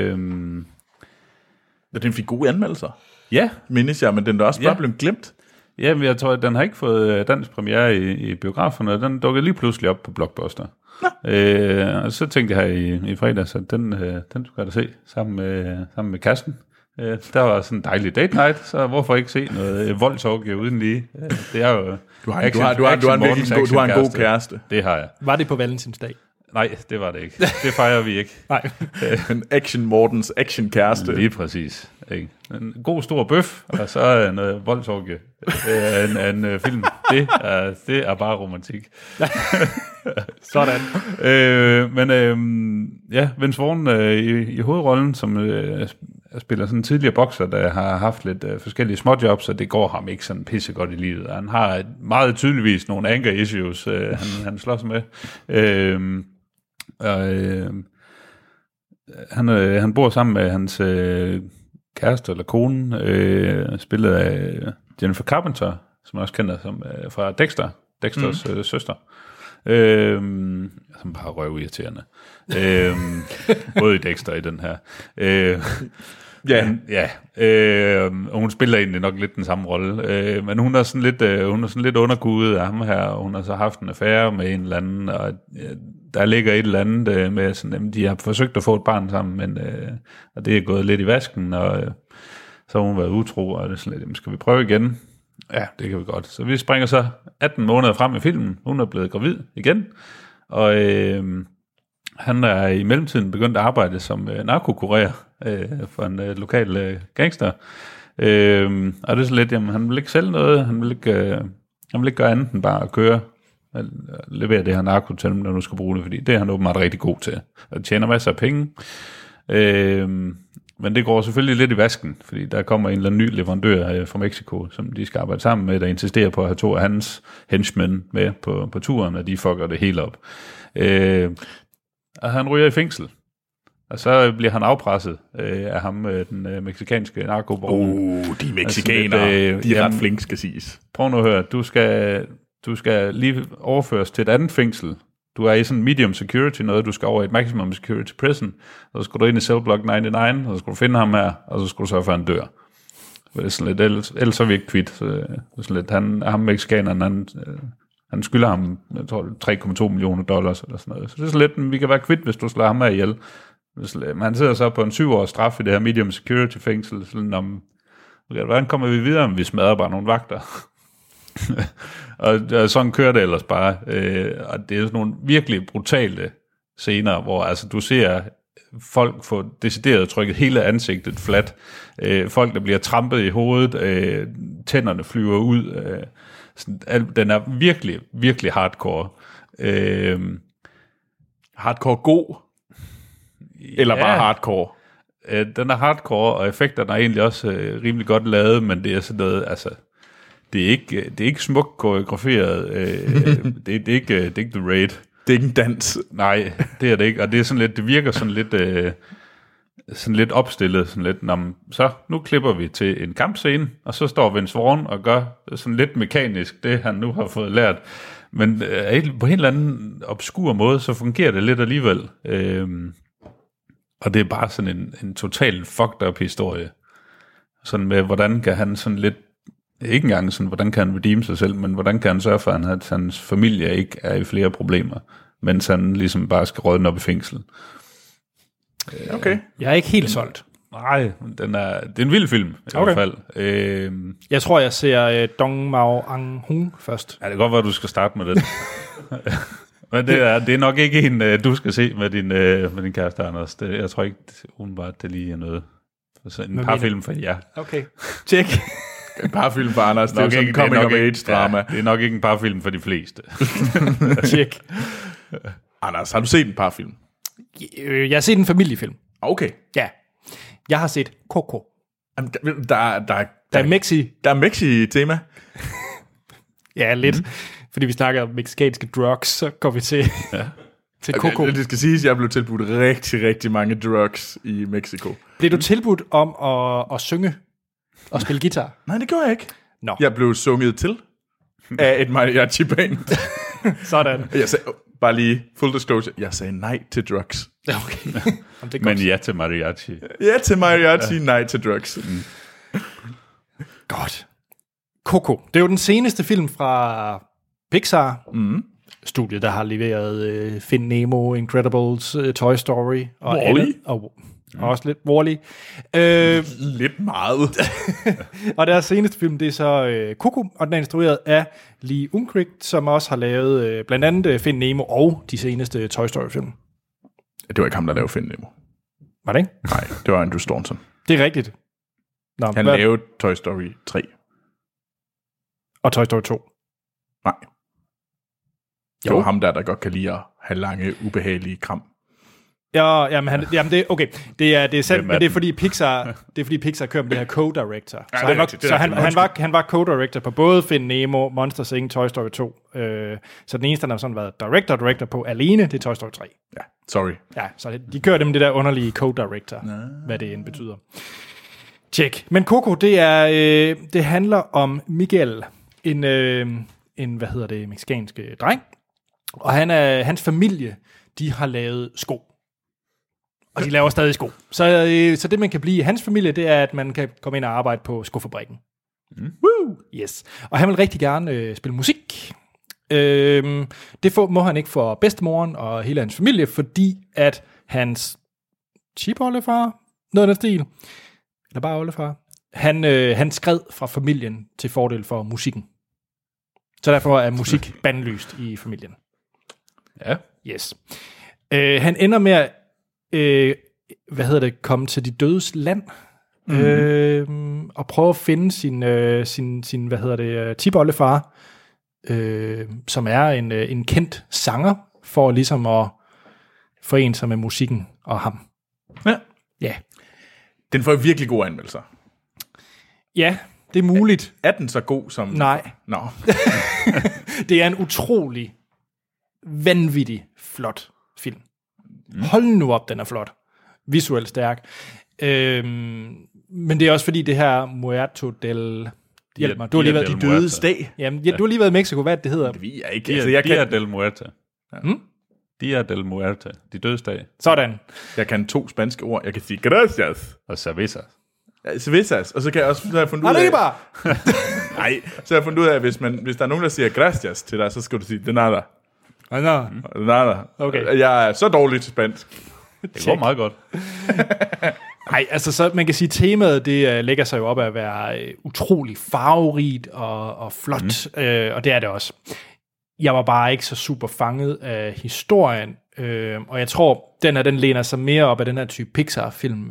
Den fik gode anmeldelser. Ja. Mindes jeg, men den er også bare blevet glemt. Jamen, jeg tror, at den har ikke fået dansk premiere i biograferne. Den dukkede lige pludselig op på Blockbuster. Og så tænkte jeg her i fredags, at den skulle jeg da se sammen med Karsten. Der var sådan en dejlig date night, så hvorfor ikke se noget voldsorgie uden lige? Det er jo... Du har en god kæreste. Det har jeg. Var det på Valentinsdag? Nej, det var det ikke. Det fejrer vi ikke. Nej. En Action Mortens action kæreste. Lige præcis. Ikke? En god stor bøf, og så noget voldsorgie af en film. Det er bare romantik. Sådan. Vince Vaughn i hovedrollen, som spiller sådan en tidligere bokser, der har haft lidt forskellige småjobs, og det går ham ikke sådan pissegodt i livet. Han har meget tydeligvis nogle anger issues, han slås med. Han bor sammen med hans kæreste eller kone, spillet af Jennifer Carpenter, som også kender som fra Dexters søster. Som bare røvirriterende. Både i Dexter i den her. Og hun spiller egentlig nok lidt den samme rolle. Men hun er sådan lidt underkudet af ham her, og hun har så haft en affære med en eller anden, og der ligger et eller andet med sådan, de har forsøgt at få et barn sammen, men og det er gået lidt i vasken, og så har hun været utro, og det er sådan lidt, skal vi prøve igen? Ja, det kan vi godt. Så vi springer så 18 måneder frem i filmen. Hun er blevet gravid igen, og han er i mellemtiden begyndt at arbejde som narkokurer for en lokal gangster. Og det er så lidt, jamen han vil ikke sælge noget, han vil ikke gøre andet end bare at køre, levere det her narko til dem, når du skal bruge det, fordi det er han åbenbart rigtig god til. Og tjener masser af penge. Men det går selvfølgelig lidt i vasken, fordi der kommer en eller anden ny leverandør fra Mexico, som de skal arbejde sammen med, der insisterer på at have 2 af hans henchmen med på turen, og de fucker det hele op. Og han ryger i fængsel. Og så bliver han afpresset af ham, den mexikanske narkobaron. De mexikanere, de er ret flinke, skal siges. Prøv nu at høre, du skal lige overføres til et andet fængsel. Du er i sådan medium security, noget du skal over i et maximum security prison, og så skal du ind i cell block 99, og så skal du finde ham her, og så skal du sørge for, at han dør. Det er sådan lidt, ellers er vi ikke kvidt. Sådan lidt, ham mexikaneren, han skylder ham, jeg tror, $3,2 million eller sådan noget. Så det er sådan lidt, vi kan være kvidt, hvis du slår ham her ihjel. Men han sidder så på en 7-års straf i det her medium security fængsel, sådan hvordan kommer vi videre, om vi smadrer bare nogle vagter? Og sådan kører det ellers bare. Og det er sådan nogle virkelig brutale scener, hvor altså du ser folk få decideret trykket hele ansigtet fladt. Folk, der bliver trampet i hovedet. Tænderne flyver ud. Den er virkelig, virkelig hardcore. Hardcore god? Eller bare hardcore? Den er hardcore, og effekterne er egentlig også rimelig godt lavet, men det er sådan noget, altså... Det er ikke smukt koreograferet. Det er ikke The Raid. Det er ikke en dans. Nej, det er det ikke. Og det er sådan lidt, det virker sådan lidt opstillet, sådan lidt. Så nu klipper vi til en kampscene, og så står Vince Vaughn og gør sådan lidt mekanisk det, han nu har fået lært. Men på en eller anden obskur måde, så fungerer det lidt alligevel. Og det er bare sådan en total fucked up historie. Sådan med, hvordan kan han sådan lidt, ikke engang sådan, hvordan kan han redeem sig selv, men hvordan kan han sørge for, at hans familie ikke er i flere problemer, mens han ligesom bare skal rådne op i fængsel. Okay. Jeg er ikke helt solgt. Nej, det er en vild film, i hvert fald. Jeg tror, jeg ser Dong Mao Ang Hung først. Ja, det kan godt være, du skal starte med den. Men det er nok ikke en, du skal se med din kæreste, Anders. Jeg tror ikke, umiddelbart, det lige er noget. Så en par film for jer. Okay, tjek. En parfilm for Anders, det er jo sådan en coming-of-age-drama. Ja, det er nok ikke en parfilm for de fleste. Tjek. Anders, har du set en parfilm? Jeg har set en familiefilm. Okay. Ja. Jeg har set Coco. Der er Mexi. Der er Mexi-tema. Ja, lidt. Fordi vi snakker om mexicanske drugs, så går vi til Coco. Det skal siges, at jeg blev tilbudt rigtig, rigtig mange drugs i Mexico. Blev du tilbudt om at synge og spille guitar? Nej, det gjorde jeg ikke. No. Jeg blev sunget til af et mariachi-band. Sådan. Jeg sagde, bare lige full disclosure, jeg sagde nej til drugs. Okay. Men ja til mariachi. Ja til mariachi, nej til drugs. Godt. Coco. Det er jo den seneste film fra Pixar. Studiet, der har leveret Find Nemo, Incredibles, Toy Story. Og Wall-E. Og også lidt Wall-E. Lidt meget. Og deres seneste film, det er så Coco, og den er instrueret af Lee Unkrich, som også har lavet blandt andet Find Nemo og de seneste Toy Story-film. Det var ikke ham, der lavede Find Nemo. Var det ikke? Nej, det var Andrew Staunton. Det er rigtigt. Nå, Han lavede Toy Story 3. Og Toy Story 2. Nej. Det var ham der godt kan lide at have lange, ubehagelige kram. Ja, jamen det okay. Det er sandt, men det er fordi Pixar kører med det her co-director. Han var co-director på både Find Nemo, Monsters Inc., Toy Story 2. Så den eneste, der har sådan været director på alene, det er Toy Story 3. Ja, sorry. Ja, så de kører dem det der underlige co-director, hvad det end betyder. Tjek. Men Coco, det handler om Miguel, en mexicansk dreng, og hans familie, de har lavet sko. Og de laver stadig sko. Så det, man kan blive i hans familie, det er, at man kan komme ind og arbejde på skofabrikken. Woo! Yes. Og han vil rigtig gerne spille musik. Det må han ikke for bedstemoren og hele hans familie, fordi at hans chip-oldefar, noget af den stil, eller bare oldefar, han skred fra familien til fordel for musikken. Så derfor er musik bandlyst i familien. Ja. Yes. Han ender med at komme til de dødes land, og prøve at finde sin tipoldefar, som er en kendt sanger, for ligesom at forene sig med musikken og ham. Ja. Den får virkelig gode anmeldelser. Ja, det er muligt. Er den så god som... Nej. Nå. Det er en utrolig, vanvittig, flot film. Hold nu op, den er flot. Visuelt stærk. Men det er også fordi det her Muerto del... Hjælp mig. Du har lige været... De dødes dag. Jamen, du har lige været i Mexico. Hvad det hedder? Det ved jeg ikke. Dia del Muerte. Ja. Dia del Muerte. De dødes dag. Sådan. Jeg kan 2 spanske ord. Jeg kan sige gracias. Og cervezas. Ja, cervezas. Og så kan jeg også have fundet ud af... Arriba! Nej, så har jeg fundet ud af, at hvis der er nogen, der siger gracias til dig, så skal du sige de nada. Nada. Okay. Jeg er så dårlig til spansk. Det går meget godt. Nej, altså så man kan sige, temaet det lægger sig jo op at være utrolig farverigt og flot, og det er det også. Jeg var bare ikke så super fanget af historien, og jeg tror, den læner sig mere op af den her type Pixar-film,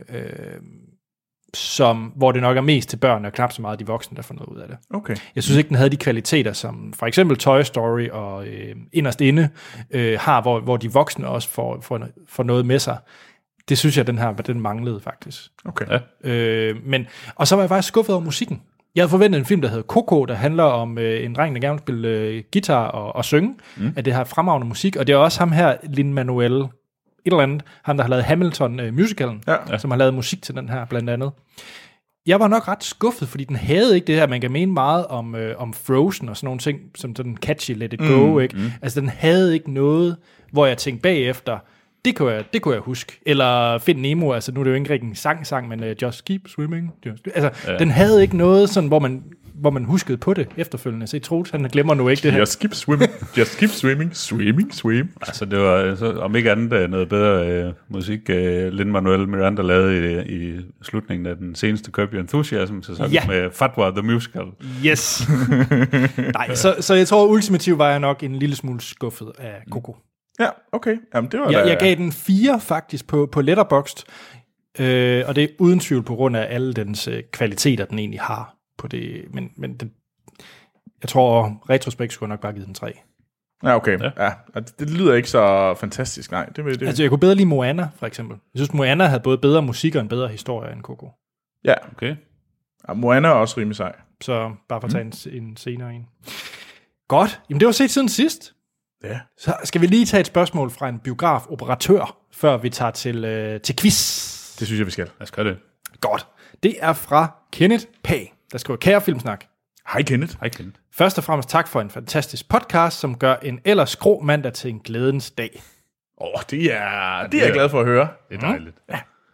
hvor det nok er mest til børn, og knap så meget de voksne, der får noget ud af det. Okay. Jeg synes ikke, den havde de kvaliteter, som for eksempel Toy Story og Inderst Inde har, hvor de voksne også får noget med sig. Det synes jeg, den manglede faktisk. Okay. Ja. Og så var jeg faktisk skuffet over musikken. Jeg havde forventet en film, der hedder Coco, der handler om en dreng, der gerne vil spille guitar og synge, at det har fremragende musik, og det er også ham her, Lin-Manuel, et eller andet, ham der har lavet Hamilton-musicalen, som har lavet musik til den her, blandt andet. Jeg var nok ret skuffet, fordi den havde ikke det her, man kan mene meget om Frozen og sådan nogle ting, som sådan catchy, let it go, ikke? Altså, den havde ikke noget, hvor jeg tænkte bagefter, det kunne jeg huske. Eller Find Nemo, altså nu er det jo ikke rigtig en sang, men Just Keep Swimming. Den havde ikke noget, sådan, hvor man huskede på det efterfølgende. Så Troels, han glemmer nu ikke det her. Just keep swimming. Just keep swimming. Swim. Altså, det var om ikke andet noget bedre musik, Lin-Manuel Miranda lavede i slutningen af den seneste Curb Your Enthusiasm med Fatwa the Musical. Yes. Nej, så jeg tror ultimativt var jeg nok en lille smule skuffet af Coco. Ja, okay. Jamen, det var jeg gav den 4 faktisk på Letterboxd, og det er uden tvivl på grund af alle dens kvaliteter, den egentlig har på det. Men jeg tror, retrospekt skulle nok bare give den 3. Ja, okay. Ja. Det lyder ikke så fantastisk, nej. Det. Altså, jeg kunne bedre lide Moana, for eksempel. Jeg synes, Moana havde både bedre musik og en bedre historie end Coco. Ja. Okay. Ja, Moana er også rimelig sej. Så bare for at tage en senere en. Godt. Jamen, det var set siden sidst. Ja. Så skal vi lige tage et spørgsmål fra en biografoperatør, før vi tager til quiz. Det synes jeg, vi skal. Lad os gøre det. Godt. Det er fra Kenneth Pag, der skriver Kære Filmsnak. Hej Kenneth. Først og fremmest tak for en fantastisk podcast, som gør en ellers grå mandag til en glædens dag. Det er jeg glad for at høre. Det er dejligt. Ja.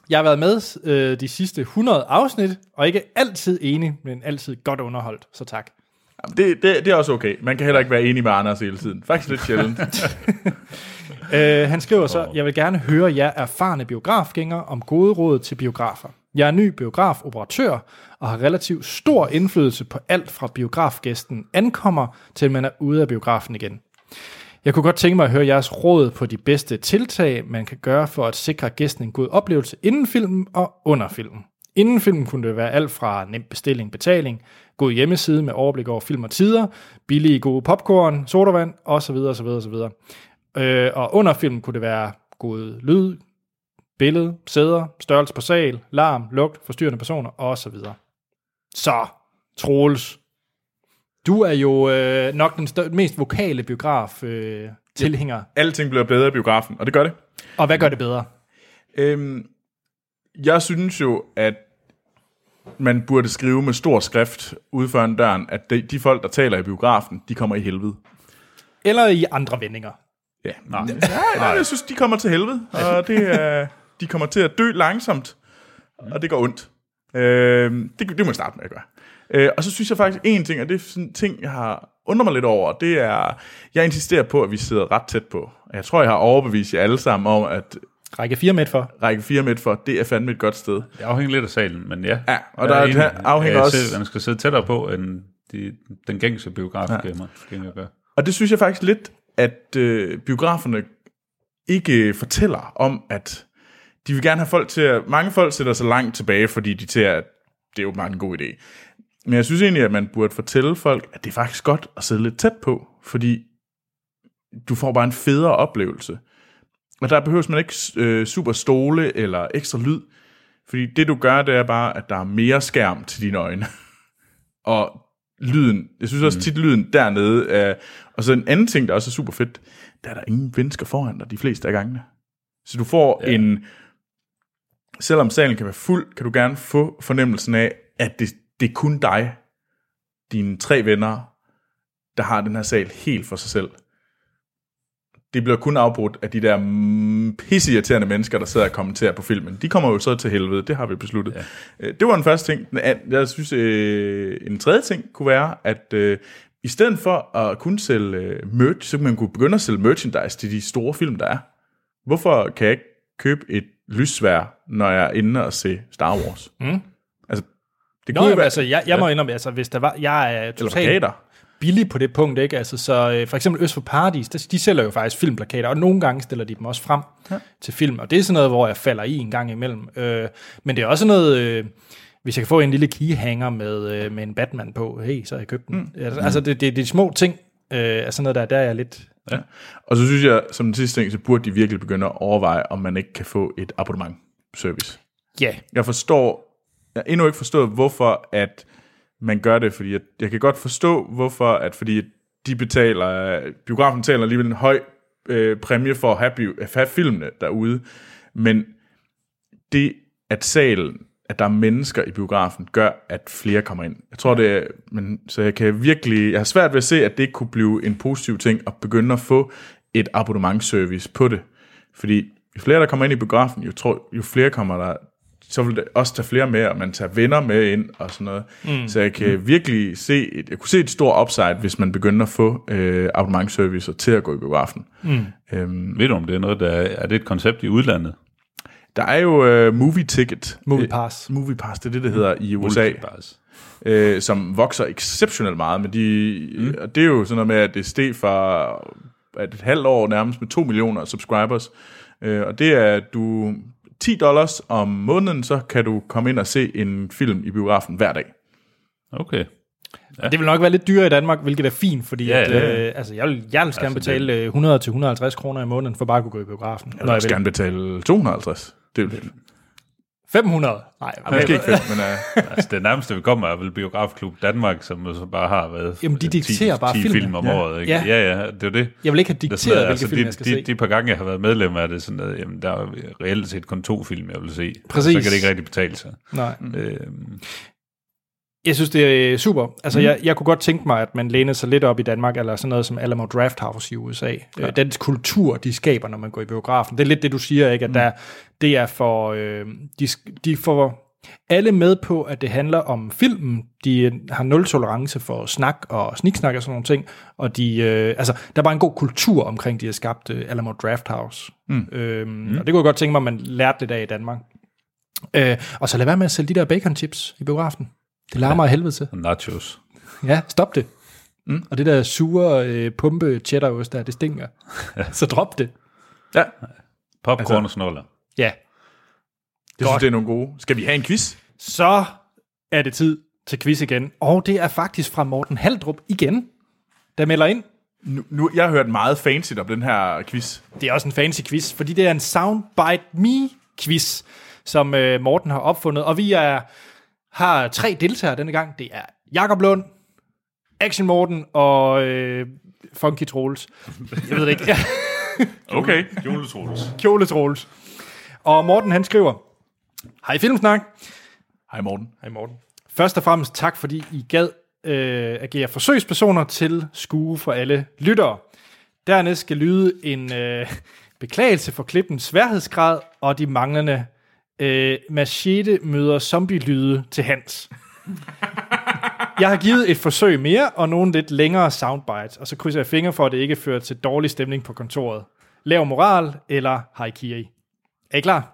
Jeg har været med de sidste 100 afsnit, og ikke altid enig, men altid godt underholdt, så tak. Det er også okay. Man kan heller ikke være enig med Anders hele tiden. Faktisk lidt sjældent. Han skriver så, jeg vil gerne høre jer erfarne biografgængere om gode råd til biografer. Jeg er ny biografoperatør og har relativt stor indflydelse på alt fra biografgæsten ankommer, til man er ude af biografen igen. Jeg kunne godt tænke mig at høre jeres råd på de bedste tiltag, man kan gøre for at sikre gæsten en god oplevelse inden filmen og under filmen. Inden filmen kunne det være alt fra nem bestilling, betaling, god hjemmeside med overblik over film og tider, billige gode popcorn, sodavand osv. osv. Og under filmen kunne det være god lyd, billede, sæder, størrelse på sal, larm, lugt, forstyrrende personer osv. Så, Troels, du er jo nok den mest vokale biograf-tilhænger. Alting bliver bedre i biografen, og det gør det. Og hvad gør det bedre? Jeg synes jo, at man burde skrive med stor skrift ude foran døren, at de folk, der taler i biografen, de kommer i helvede. Eller i andre vendinger. Ja, nej, jeg synes, de kommer til helvede, og de kommer til at dø langsomt, og det går ondt. Det må jeg starte med at gøre. Og så synes jeg faktisk en ting, og det er sådan en ting, jeg har undret mig lidt over, det er, jeg insisterer på, at vi sidder ret tæt på. Jeg tror, jeg har overbevist jer alle sammen om, at Række 4 midt for. Række 4 midt for, det er fandme et godt sted. Det afhænger lidt af salen, men ja. Ja, og der afhænger også... Man skal sidde tættere på, end den gængse biografgænger gør. Og det synes jeg faktisk lidt, at biograferne ikke fortæller om, at de vil gerne have folk til at... Mange folk sætter sig langt tilbage, fordi de ser, at det er jo meget en god idé. Men jeg synes egentlig, at man burde fortælle folk, at det er faktisk godt at sidde lidt tæt på, fordi du får bare en federe oplevelse. Og der behøves man ikke super stole eller ekstra lyd, fordi det du gør, det er bare, at der er mere skærm til dine øjne. Og lyden, jeg synes også tit lyden dernede, og så en anden ting, der også er super fedt, der er der ingen mennesker foran dig de fleste af gangene. Så du får selvom salen kan være fuld, kan du gerne få fornemmelsen af, at det er kun dig, dine 3 venner, der har den her sal helt for sig selv. Det bliver kun afbrudt af de der pisseirriterende mennesker, der sidder og kommenterer på filmen. De kommer jo så til helvede, det har vi besluttet. Ja. Det var den første ting. Jeg synes, en tredje ting kunne være, at i stedet for at kunne sælge merch, så kan man kunne begynde at sælge merchandise til de store film, der er. Hvorfor kan jeg ikke købe et lyssværd, når jeg er inde og se Star Wars? Altså, det kunne være... altså, jeg må indrømme, altså, hvis der var... Jeg er totalt billig på det punkt, ikke? Altså, så for eksempel Øst for Paradis, de sælger jo faktisk filmplakater, og nogle gange stiller de dem også frem til film, og det er sådan noget, hvor jeg falder i en gang imellem. Men det er også noget... hvis jeg kan få en lille keyhanger med en Batman på, hey, så har jeg købt den. Altså, det er de små ting, altså noget, der er jeg lidt... Ja. Og så synes jeg, som den sidste ting, så burde de virkelig begynde at overveje, om man ikke kan få et abonnement-service. Ja. Jeg har endnu ikke forstået, hvorfor at man gør det, fordi jeg kan godt forstå, hvorfor, at fordi biografen betaler alligevel en høj præmie for at have filmene derude, men det, at der er mennesker i biografen, gør, at flere kommer ind. Jeg tror det, så jeg har svært ved at se, at det ikke kunne blive en positiv ting, at begynde at få et abonnementsservice på det, fordi jo flere, der kommer ind i biografen, jo flere kommer der, så vil det også tage flere med, og man tager venner med ind, og sådan noget. Så jeg kan virkelig se et stort upside, hvis man begynder at få abonnementsservicer til at gå i biografen. Ved du, om det er noget, er det et koncept i udlandet? Der er jo Movie Ticket. Movie Pass. Movie Pass, det er det hedder i USA. Som vokser exceptionelt meget, men og det er jo sådan noget med, at det steg fra et halvt år nærmest med 2 millioner subscribers. Og det er, du $10 om måneden, så kan du komme ind og se en film i biografen hver dag. Okay. Ja. Det vil nok være lidt dyrere i Danmark, hvilket er fint, fordi altså, jeg vil gerne betale 100 til 150 kroner i måneden, for bare at kunne gå i biografen. Jeg vil gerne betale 250. Det er jo lidt. 500? Nej. Måske ikke 5, men... altså, det nærmeste, vi kommer, er vel Biografklub Danmark, som så bare har været... Jamen, de dikterer bare 10 film om året, ikke? Ja, det er jo det. Jeg vil ikke have dikteret, hvilke film jeg skal se. De par gange, jeg har været medlem af det, sådan at, jamen, der er reelt set kun 2 film, jeg vil se. Præcis. Så kan det ikke rigtig betale sig. Nej. Jeg synes, det er super. Altså, jeg kunne godt tænke mig, at man lænede sig lidt op i Danmark, eller sådan noget som Alamo Drafthouse i USA. Ja. Den kultur, de skaber, når man går i biografen. Det er lidt det, du siger, ikke? At det er for... de får alle med på, at det handler om filmen. De har nul tolerance for snak og sniksnak og sådan nogle ting. Og der er bare en god kultur omkring, de har skabt Alamo Drafthouse. Og det kunne jeg godt tænke mig, at man lærte lidt af i Danmark. Og så lad være med at sælge de der bacon chips i biografen. Det larmer af helvede til. Nachos. Ja, stop det. Og det der sure pumpe cheddarost der, det stinker. Så drop det. Ja. Popcorn og snoller. Ja. Det synes det er nogle gode. Skal vi have en quiz? Så er det tid til quiz igen. Og det er faktisk fra Morten Haldrup igen, der melder ind. Nu, jeg har hørt meget fancy om den her quiz. Det er også en fancy quiz, fordi det er en Soundbite Me-quiz, som Morten har opfundet. Og vi har 3 deltagere denne gang. Det er Jakob Lund, Action Morten og Funky Troels. Jeg ved det ikke. Okay. Kjole Troels. Og Morten, han skriver: Hej Filmsnak. Hej Morten. Hej Morten. Først og fremmest tak, fordi I gad agere forsøgspersoner til skue for alle lyttere. Dernæst skal lyde en beklagelse for klippens sværhedsgrad og de manglende machete møder zombie-lyde til Hans. Jeg har givet et forsøg mere og nogle lidt længere soundbites, og så krydser jeg fingre for, at det ikke fører til dårlig stemning på kontoret. Lav moral eller haikiri. Er I klar?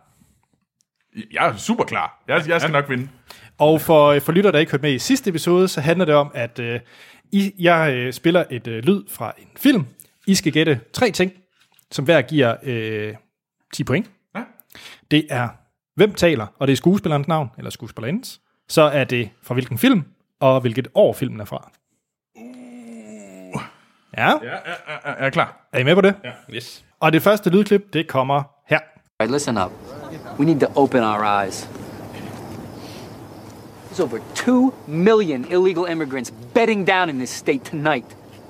Jeg er super klar. Jeg skal nok vinde. Og for lytter, der ikke hørte med i sidste episode, så handler det om, at jeg spiller et lyd fra en film. I skal gætte 3 ting, som hver giver 10 point. Ja. Det er, hvem taler, og det er skuespillerens navn, eller skuespillerindens. Så er det fra hvilken film, og hvilket år filmen er fra. Ja? Jeg er klar. Er I med på det? Ja. Yes. Og det første lydklip, det kommer her. All right, listen up. We need to open our eyes. There's over 2 million illegal immigrants bedding down in this state tonight.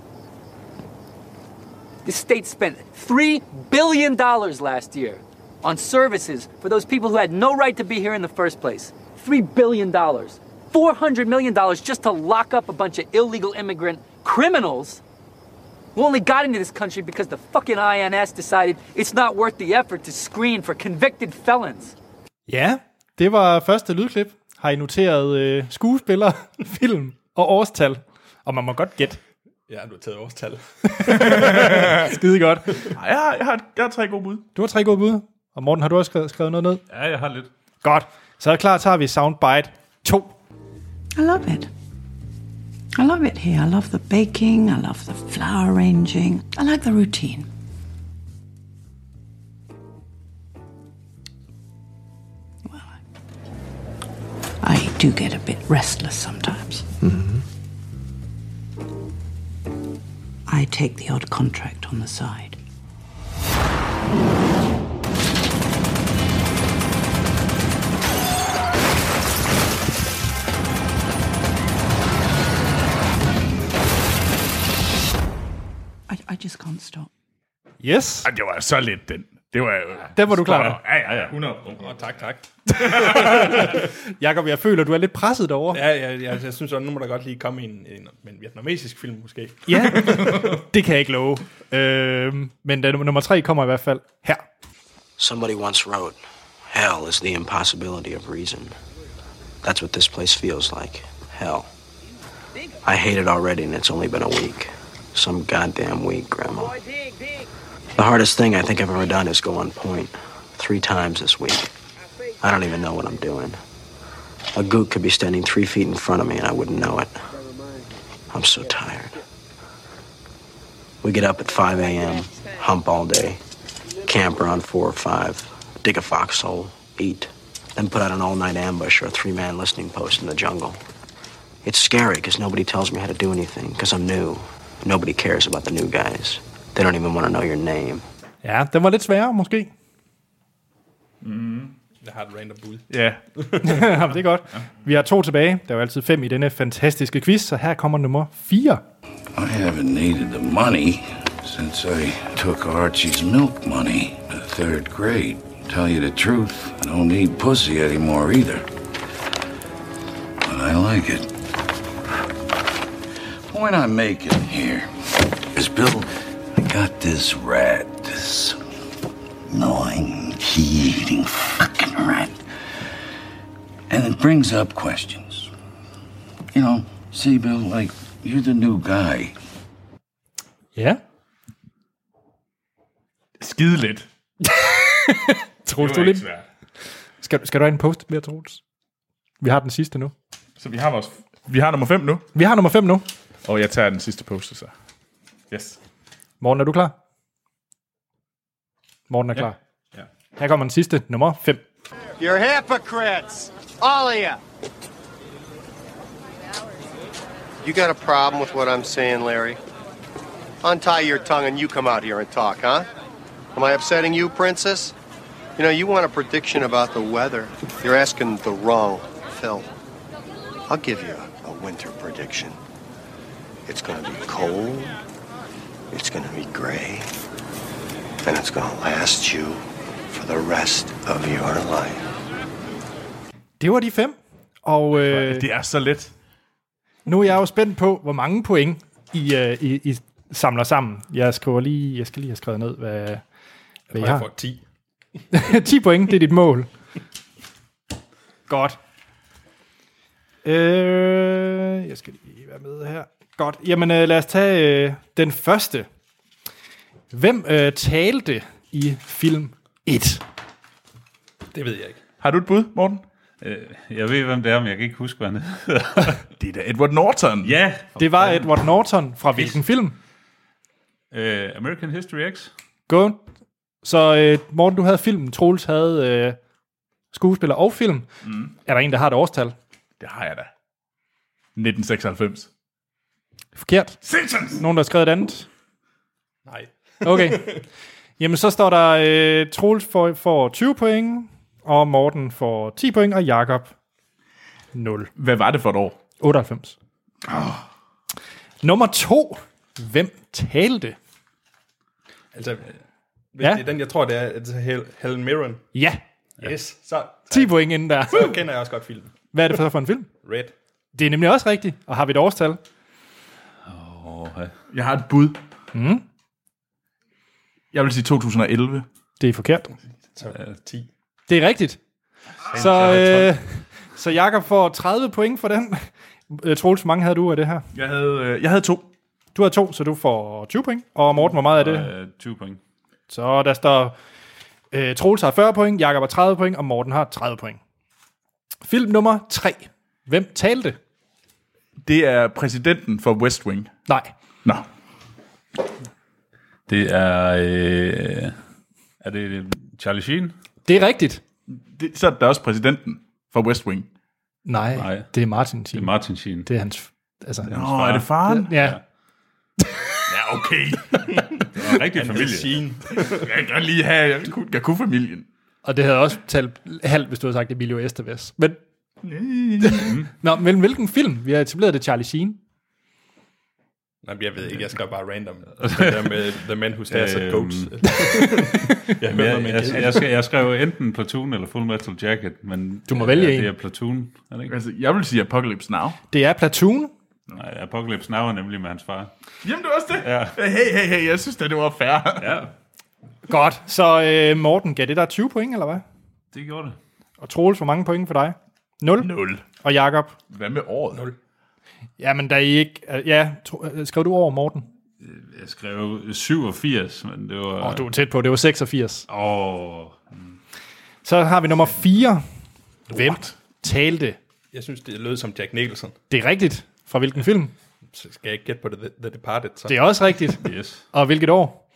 This state spent $3 billion last year on services for those people who had no right to be here in the first place. $3 billion. $400 million just to lock up a bunch of illegal immigrant criminals who only got into this country because the fucking INS decided it's not worth the effort to screen for convicted felons. Ja, det var første lydklip. Har I noteret skuespiller, film og årstal? Og man må godt gætte. Ja, du har taget årstal. Skide godt. Jeg har 3 gode bud. Du har 3 gode bud. Og Morten, har du også skrevet noget ned? Ja, jeg har lidt. Godt. Så er det klar, tager vi Soundbite 2. I love it. I love it here. I love the baking. I love the flower arranging. I like the routine. Well, I do get a bit restless sometimes. Mm-hmm. I take the odd contract on the side. I just can't stop. Yes. Det var så lidt den. Det var Den var du klar. Ja. 100. Tak. Jakob, jeg føler, du er lidt presset derovre. Ja, jeg synes også, nu må der godt lige komme en vietnamesisk film måske. Ja, det kan jeg ikke love. Men nummer 3 kommer i hvert fald her. Somebody once wrote, hell is the impossibility of reason. That's what this place feels like. Hell. I hate it already and it's only been a week. Some goddamn week, Grandma. The hardest thing I think I've ever done is go on point 3 times this week. I don't even know what I'm doing. A gook could be standing 3 feet in front of me and I wouldn't know it. I'm so tired. We get up at 5 a.m., hump all day, camp around 4 or 5, dig a foxhole, eat, then put out an all-night ambush or a 3-man listening post in the jungle. It's scary because nobody tells me how to do anything because I'm new. Nobody cares about the new guys. They don't even want to know your name. Ja, den var lidt sværere måske. Jeg har et random bud. Ja. Jamen, det er godt. Vi har 2 tilbage. Der er jo altid 5 i denne fantastiske quiz, så her kommer nummer 4. I haven't needed the money since I took Archie's milk money in 3rd grade. Tell you the truth, I don't need pussy anymore either. But I like it. point I'm making here is, Bill, I got this rat, this gnawing, key-eating fucking rat. And it brings up questions. You know, see, Bill, like, you're the new guy. Ja. Skide lidt. Troels, du lidt. Skal du have en post mere, Troels? Vi har den sidste nu. Så vi har nummer 5 nu. Vi har nummer 5 nu. Og jeg tager den sidste post, så. Yes. Morten, er du klar? Morten er klar. Ja. Her kommer den sidste, nummer 5. You're hypocrites, all of you. You got a problem with what I'm saying, Larry? Untie your tongue and you come out here and talk, huh? Am I upsetting you, princess? You know, you want a prediction about the weather. You're asking the wrong Phil. I'll give you a winter prediction. It's going to be cold, it's going to be gray, and it's going to last you for the rest of your life. Det var de 5. Og Det er så let. nu er jeg jo spændt på, hvor mange point I samler sammen. Jeg skal lige have skrevet ned, hvad I Jeg har. får 10. 10 point, det er dit mål. Godt. Jeg skal lige være med her. Godt. Jamen, lad os tage den første. Hvem talte i film 1? Det ved jeg ikke. Har du et bud, Morten? Jeg ved, hvem det er, men jeg kan ikke huske, hvad han hedder. Det er da Edward Norton. Ja. Det var Edward Norton fra hvilken film? American History X. Godt. Så Morten, du havde filmen. Troels havde skuespiller og film. Er der en, der har et årstal? Det har jeg da. 1996. Forkert. Simpsons! Nogen, der har skrevet et andet? Nej. Okay. Jamen, så står der, Troels får 20 point, og Morten får 10 point, og Jakob 0. Hvad var det for et år? 98. Nummer 2. Hvem talte? Altså, hvis Ja. det er den, jeg tror, det er Helen Mirren. Ja. Yes, så 10 point inden der. så kender jeg også godt filmen. Hvad er det for en film? Red. Det er nemlig også rigtigt. Og har vi et årstal? Jeg har et bud. Jeg vil sige 2011. Det er forkert. Så 10. Det er rigtigt. Så Jakob får 30 point for den. Troels, hvor mange havde du af det her? Jeg havde 2. Du har 2, så du får 20 point. Og Morten, hvor meget er det? 20 point. Så der står, Troels har 40 point, Jakob har 30 point, og Morten har 30 point. Film nummer 3. Hvem talte? Det er præsidenten for West Wing. Nej. Nå. Det er det Charlie Sheen? Det er rigtigt. Så er der også præsidenten for West Wing. Nej. Det er Martin Sheen. Det er Martin Sheen. Det er hans... Altså, Nå, er det faren? ja. Ja, okay. Det var en rigtig familie. Jeg kan lige have... Jeg kunne familien. Og det havde også talt halvt, hvis du havde sagt Emilio Estevez. Men... Nå, men hvilken film? Vi har etableret det Charlie Sheen. Nej, jeg ved ikke, jeg skrev bare random. Det der med The Men Who Stares at Goats. Jeg skrev enten Platoon eller Full Metal Jacket, men du må vælge en. Det er Platoon, er det ikke? Altså, jeg vil sige Apocalypse Now. Det er Platoon. Nej, Apocalypse Now er nemlig med hans far. Jamen, det er også det. Ja. Hey, jeg synes, det var fair. Ja, Godt. Så Morten, gav det der 20 point, eller hvad? det gjorde det. Og Troels, hvor mange point for dig? 0. 0. Og Jakob? Hvad med året? 0. Jamen, der er I ikke... Ja, skrev du over, Morten? Jeg skrev 87, men det var... Du var tæt på. Det var 86. Åh. Så har vi nummer 4. Hvem talte? Jeg synes, det lød som Jack Nicholson. Det er rigtigt. Fra hvilken film? Så skal jeg ikke gætte på The Departed. Så. Det er også rigtigt. Yes. Og hvilket år?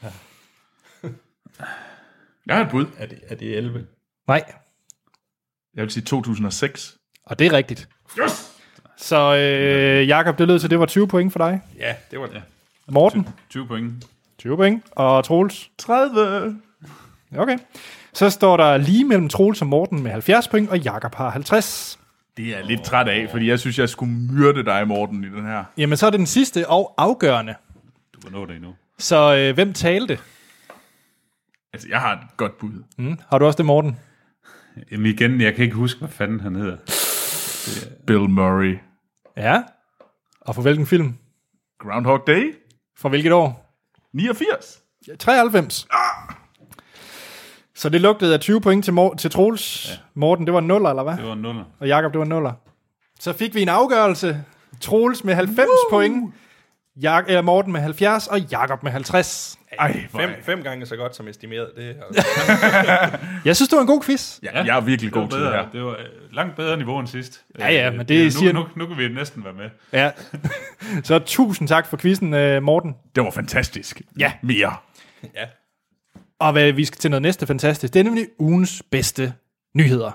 Jeg har et bud. Er det 11? Nej. Jeg vil sige 2006. Og det er rigtigt. Yes! Så Jakob, det lød til, det var 20 point for dig. Ja, det var det. Morten? 20 point. 20 point. Og Troels? 30. Okay. Så står der lige mellem Troels og Morten med 70 point, og Jakob har 50. Det er jeg lidt træt af, fordi jeg synes, jeg skulle myrde dig, Morten, i den her. Jamen, så er det den sidste og afgørende. Du kan nå det endnu. Så hvem talte? Altså, jeg har et godt bud. Har du også det, Morten? Jamen igen, jeg kan ikke huske, hvad fanden han hedder. Bill Murray. Ja. Og for hvilken film? Groundhog Day. Fra hvilket år? 89. 93. Så det lugtede af 20 point til Troels. Ja. Morten, det var 0, eller hvad? Det var 0. Og Jakob, det var 0. Så fik vi en afgørelse. Troels med 90 point. Morten med 70, og Jakob med 50. Ej, 5 gange så godt som estimeret. Det Jeg synes, det var en god quiz. Ja, jeg er virkelig god til det her. Det var langt bedre niveau end sidst. Ja, men det siger... Nu kan vi næsten være med. Ja. Så tusind tak for quizzen, Morten. Det var fantastisk. Ja. Mere. Ja. Og hvad vi skal til noget næste fantastisk, det er nemlig ugens bedste nyheder.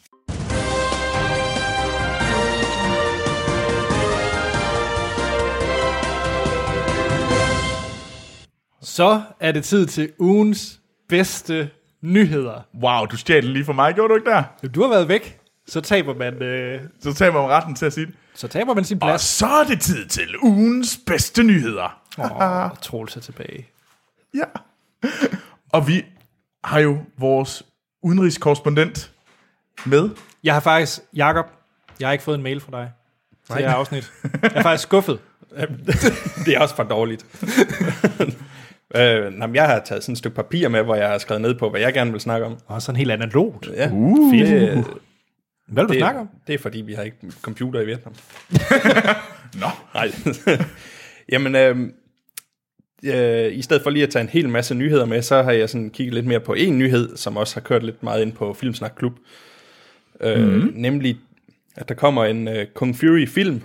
Så er det tid til ugens bedste nyheder. Wow, du stjal den lige for mig, gjorde du ikke der? Du har været væk, så taber man... Så taber man retten til at sige det. Så taber man sin Og plads. så er det tid til ugens bedste nyheder. Troels er tilbage. Ja. Og vi har jo vores udenrigskorrespondent med. Jeg har faktisk, Jakob, jeg har ikke fået en mail fra dig til det her afsnit. Jeg er faktisk skuffet. Det er også for dårligt. Jeg har taget sådan et stykke papir med, hvor jeg har skrevet ned på, hvad jeg gerne vil snakke om. Og sådan helt analogt. Ja. Fedt. Hvad vil du snakke om? Det er fordi, vi har ikke computer i Vietnam. Nå. Nej. Jamen, i stedet for lige at tage en hel masse nyheder med, så har jeg sådan kigget lidt mere på en nyhed, som også har kørt lidt meget ind på Filmsnak Klub. Nemlig, at der kommer en Kung Fury-film.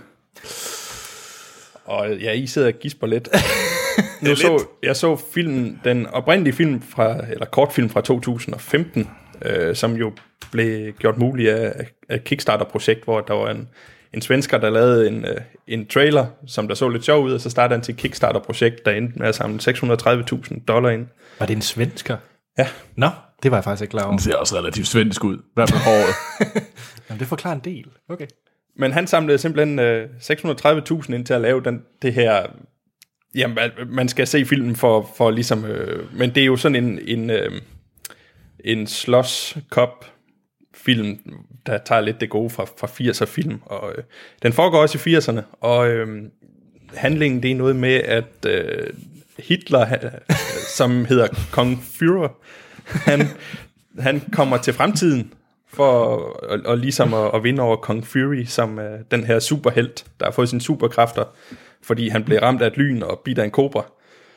Og ja, I sidder og gisper lidt. Jeg så filmen, den oprindelige film eller kortfilm fra 2015, som jo blev gjort mulig af Kickstarter-projekt, hvor der var en svensker, der lavede en trailer, som der så lidt sjov ud, og så startede han til Kickstarter-projekt, der endte med at samle $630,000 ind. Var det en svensker? Ja. Nå, det var jeg faktisk ikke klar over. Den ser også relativt svensk ud. Hvad med håret? Jamen, det forklarer en del. Okay. Men han samlede simpelthen 630.000 ind til at lave det her... Jamen, man skal se filmen for ligesom... men det er jo sådan en Sloss Cop-film, der tager lidt det gode fra 80'er-film. Og den foregår også i 80'erne, og handlingen, det er noget med, at Hitler, som hedder Kong Führer, han kommer til fremtiden, for at ligesom at vinde over Kong Fury, som den her superhelt, der har fået sine superkræfter, fordi han blev ramt af et lyn og bidt af en kobra.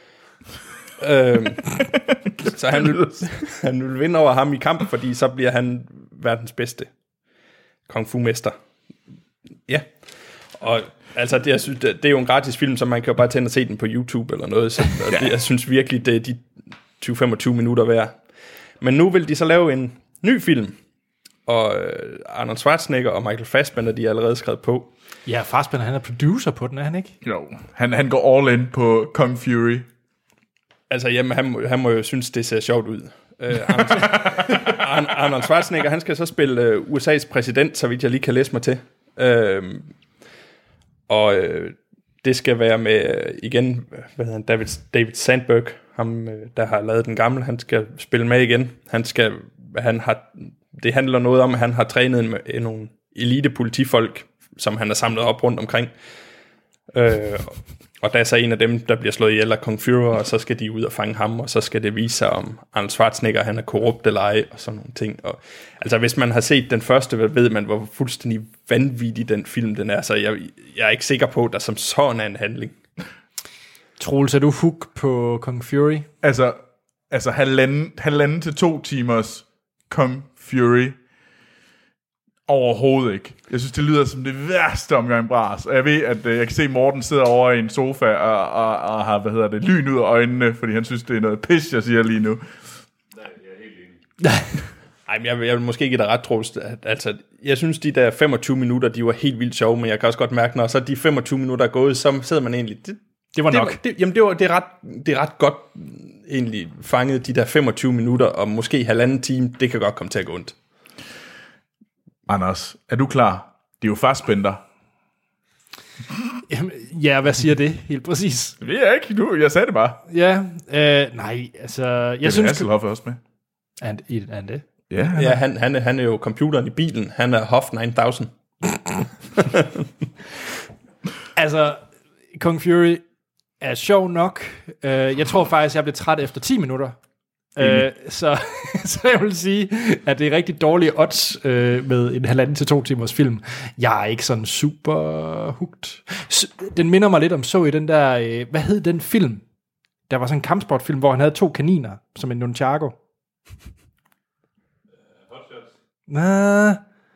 Så han vil vinde over ham i kamp, fordi så bliver han verdens bedste Kung Fu-mester. Ja. Og altså, det er jo en gratis film, så man kan jo bare tænde og se den på YouTube eller noget. Så, jeg synes virkelig, det er de 20-25 minutter værd. Men nu vil de så lave en ny film, og Arnold Schwarzenegger og Michael Fassbender, de er allerede skrevet på. Ja, Fassbender, han er producer på den, er han ikke? Jo, han går all in på Kung Fury. Altså, jamen, han må jo synes, det ser sjovt ud. Arnold Schwarzenegger, han skal så spille USA's præsident, så vidt jeg lige kan læse mig til. Det skal være med, igen, hvad hedder han, David Sandberg, ham, der har lavet den gamle, han skal spille med igen. Det handler noget om, at han har trænet med nogle elite politifolk, som han har samlet op rundt omkring. Og der er så en af dem, der bliver slået ihjel af Kung Fury, og så skal de ud og fange ham, og så skal det vise sig, om Arnold Schwarzenegger, han er korrupt eller ej, og sådan nogle ting. Og, altså, hvis man har set den første, ved man, hvor fuldstændig vanvittig den film den er. Så jeg er ikke sikker på, at der som sådan er en handling. Troels, er du hook på Kung Fury? Altså halvanden til 2 timers Kung Fury. Overhovedet ikke. Jeg synes, det lyder som det værste omgang bras. Og jeg ved, at jeg kan se Morten sidder over i en sofa og har, lyn ud af øjnene, fordi han synes, det er noget pis, jeg siger lige nu. Nej, jeg er helt enig. Ej, men jeg vil måske give dig ret, Troels. Altså, jeg synes, de der 25 minutter, de var helt vildt sjove, men jeg kan også godt mærke, når så de 25 minutter er gået, så sidder man egentlig... Det var nok. Det er ret godt egentlig fanget, de der 25 minutter, og måske halvanden time, det kan godt komme til at gå ondt. Anders, er du klar? Det er jo Fassbender. Jamen, ja, hvad siger det helt præcis? Det ved jeg ikke. Jeg sagde det bare. Ja, nej, altså... Jeg synes... Hasselhoff er også med. Er han det? Ja, han er jo computeren i bilen. Han er Hoff 9000. Altså, Kung Fury, er sjov nok. Jeg tror faktisk, jeg blev træt efter 10 minutter. Så jeg vil sige, at det er rigtig dårlige odds med en 1,5 til 2 timers film. Jeg er ikke sådan super hooked. Den minder mig lidt om så i den der, hvad hed den film? Der var sådan en kampsportfilm, hvor han havde 2 kaniner, som en nunchaku. Ja.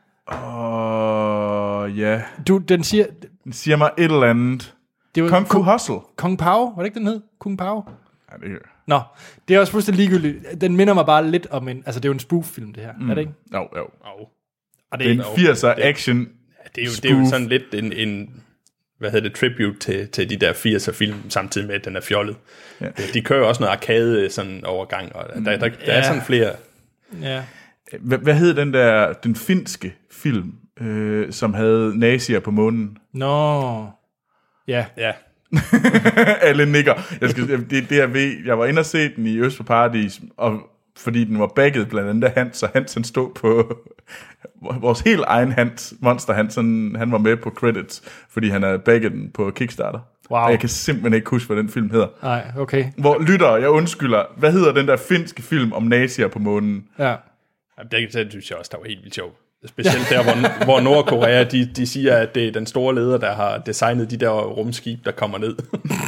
Den siger mig et eller andet. Det var Kung Fu Hustle. Kung Pao, var det ikke den hed? Kung Pao? Ja, det Nå, det er også fuldstændig ligegyldigt. Den minder mig bare lidt om en... Altså, det er jo en spoof-film, det her. Er det ikke? Jo. Og det er en 80'er action. Det er jo sådan lidt en hvad hedder det, tribute til de der 80'er film, samtidig med, at den er fjollet. Ja. De kører også noget arcade sådan overgang, og der er sådan flere... Ja. Hvad hed den finske film, som havde nazier på månen? Nå... Ja. Alle nikker. Jeg var inde og se den i Øst for Paradis, og fordi den var bagget blandt andet af Hans, så Hans stod på vores helt egen Monster Hans, han var med på credits, fordi han havde bagget den på Kickstarter. Wow. Og jeg kan simpelthen ikke huske, hvad den film hedder. Nej, okay. Hvor lytter, jeg undskylder, hvad hedder den der finske film om nazier på månen? Ja. Det synes jeg også, der var helt vildt sjovt. Specielt der, hvor Nordkorea, de siger, at det er den store leder, der har designet de der rumskib, der kommer ned.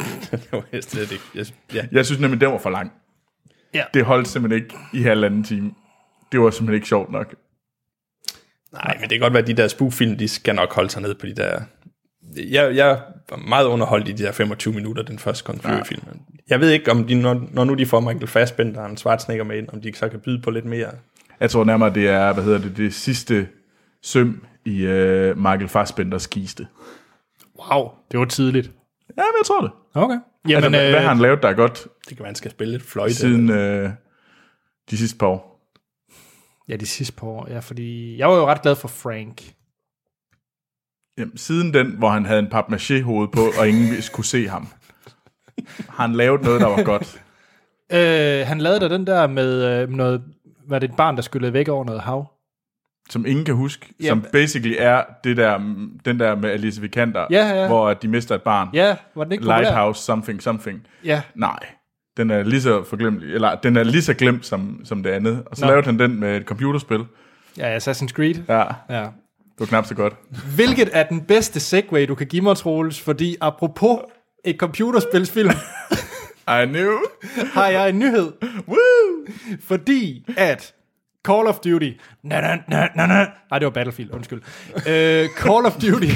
Jeg synes nemlig, den var for lang. Ja. Det holdt simpelthen ikke i 1,5 time. Det var simpelthen ikke sjovt nok. Nej, men det kan godt være, at de der spoof-film, de skal nok holde sig ned på de der... Jeg var meget underholdt i de der 25 minutter, den første Kung Fury-film. Jeg ved ikke, om de, når nu de får Michael Fassbender og en Schwarzenegger med ind, om de så kan byde på lidt mere... Jeg tror nærmere, det er, det sidste søm i Michael Fassbenders kiste. Wow, det var tidligt. Ja, men jeg tror det. Okay. Jamen, hvad har han lavet, der er godt? Det kan være, han skal spille lidt fløjte. Siden de sidste par år. Ja, de sidste par år. Ja, fordi jeg var jo ret glad for Frank. Jamen, siden den, hvor han havde en papmaché-hoved på, og ingen kunne se ham. Har han lavet noget, der var godt? Han lavede da den der med noget... Var det et barn, der skulle væk over noget hav? Som ingen kan huske. Yep. Som basically er den der med Alice Vikander, hvor de mister et barn. Ja, var den ikke populær? Lighthouse something. Ja. Nej, den er lige så forglemmelig, eller den er lige så glemt som det andet. Og så lavede han den med et computerspil. Ja, Assassin's Creed. Ja. Det var knap så godt. Hvilket er den bedste segue, du kan give mig, Troels, fordi apropos et computerspilsfilm... I knew. Har jeg en nyhed. Woo! Fordi at Call of Duty... Nej, det var Battlefield, undskyld. Call of Duty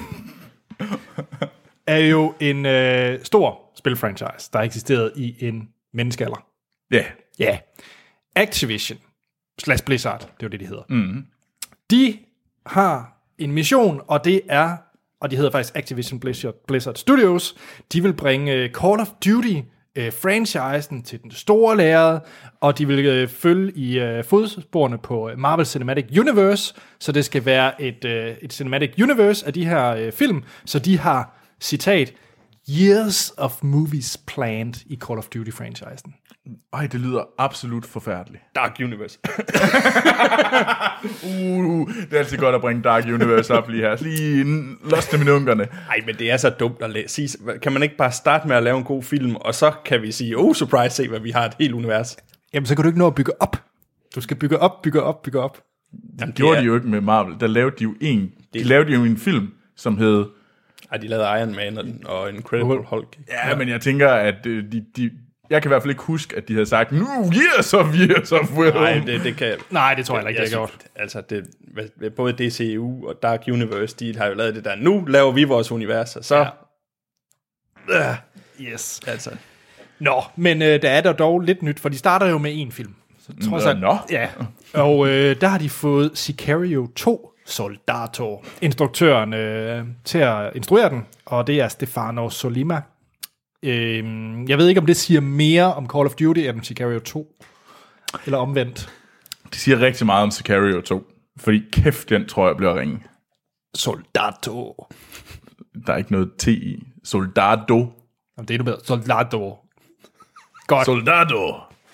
er jo en stor spilfranchise, der har eksisteret i en menneskealder. Ja. Ja. Activision / Blizzard, det er jo det, de hedder. Mm. De har en mission, og det er... Og de hedder faktisk Activision Blizzard Studios. De vil bringe Call of Duty franchisen til den store lærred, og de vil følge i fodsporene på Marvel Cinematic Universe, så det skal være et Cinematic Universe af de her film, så de har, citat, years of movies planned i Call of Duty franchisen. Ej, det lyder absolut forfærdeligt. Dark Universe. Det er altid godt at bringe Dark Universe op lige her. Lige lost dem i nunkerne. Nej, men det er så dumt at sige. Kan man ikke bare starte med at lave en god film, og så kan vi sige, surprise, se hvad vi har, et helt univers. Jamen, så kan du ikke nå at bygge op. Du skal bygge op. Jamen, gjorde de jo ikke med Marvel. Der lavede de jo de lavede jo en film, som hed... Ej, de lavede Iron Man og Incredible Hulk. Ja, men jeg tænker, at jeg kan i hvert fald ikke huske, at de havde sagt, nu, years of. Nej, det kan... Nej, det tror jeg ikke, det er gjort. Altså, både DCU og Dark Universe, de har jo lavet det der, nu laver vi vores univers, og så... Ja. Yes. Altså. Nå, men der er der dog lidt nyt, for de starter jo med en film. Så trods alt, ja. Og der har de fået Sicario 2 Soldato, instruktøren til at instruere den, og det er Stefano Sollima. Jeg ved ikke, om det siger mere om Call of Duty end Sicario 2, eller omvendt. Det siger rigtig meget om Sicario 2, fordi kæft, den tror jeg bliver ringe. Soldato. Der er ikke noget T i. Soldado. Jamen, det er nu bedre. Soldato. Godt. Soldado.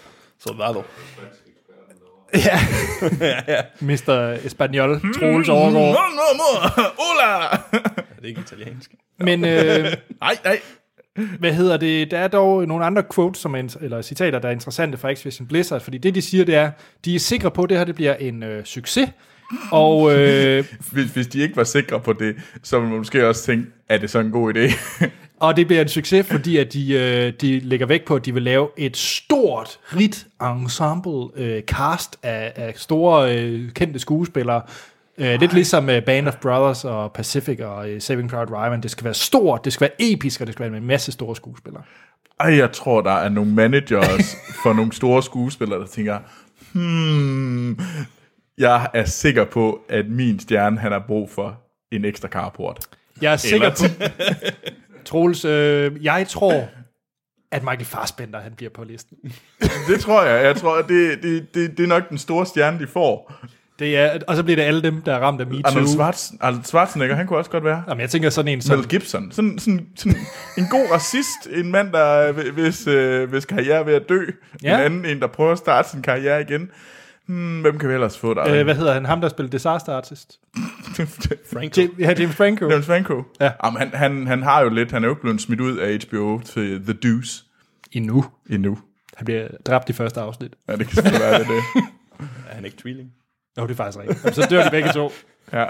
Ja. Mr. Espanol, Troels overgår. Hola! Det er ikke italiensk. Men, nej. Hvad hedder det? Der er dog nogle andre quotes, eller citater, der er interessante fra Activision Blizzard, fordi det, de siger, det er, de er sikre på, at det her det bliver en succes, og... Hvis de ikke var sikre på det, så ville man måske også tænke, er det så en god idé? Og det bliver en succes, fordi at de lægger vægt på, at de vil lave et stort, rigt ensemble cast af store, kendte skuespillere. Lidt ligesom Band of Brothers og Pacific og Saving Private Ryan. Det skal være stort, det skal være episk, og det skal være med en masse store skuespillere. Jeg tror, der er nogle managers for nogle store skuespillere, der tænker, jeg er sikker på, at min stjerne, han har brug for en ekstra carport. Jeg er sikker på... Troels, jeg tror, at Michael Fassbender, han bliver på listen. Det tror jeg. Jeg tror, at det er nok den store stjerne, de får. Det er, og så bliver det alle dem, der er ramt af MeToo. Arnold Schwarzenegger, han kunne også godt være. Jamen, jeg tænker sådan en som... Mel Gibson. Sådan en god racist. En mand, der hvis karriere er ved at dø. Ja. En anden, der prøver at starte sin karriere igen. Hvem kan vi ellers få der? Hvad hedder han? Ham, der spiller Disaster Artist? Franco. James Franco. James Franco. Ja. Jamen, han har jo lidt... Han er jo ikke blevet smidt ud af HBO til The Deuce. Endnu. Han bliver dræbt i første afsnit. Ja, det kan selvfølgelig være det. Er han ikke tvilling? Jo, det er faktisk rigtigt. Så dør de begge to. Ja.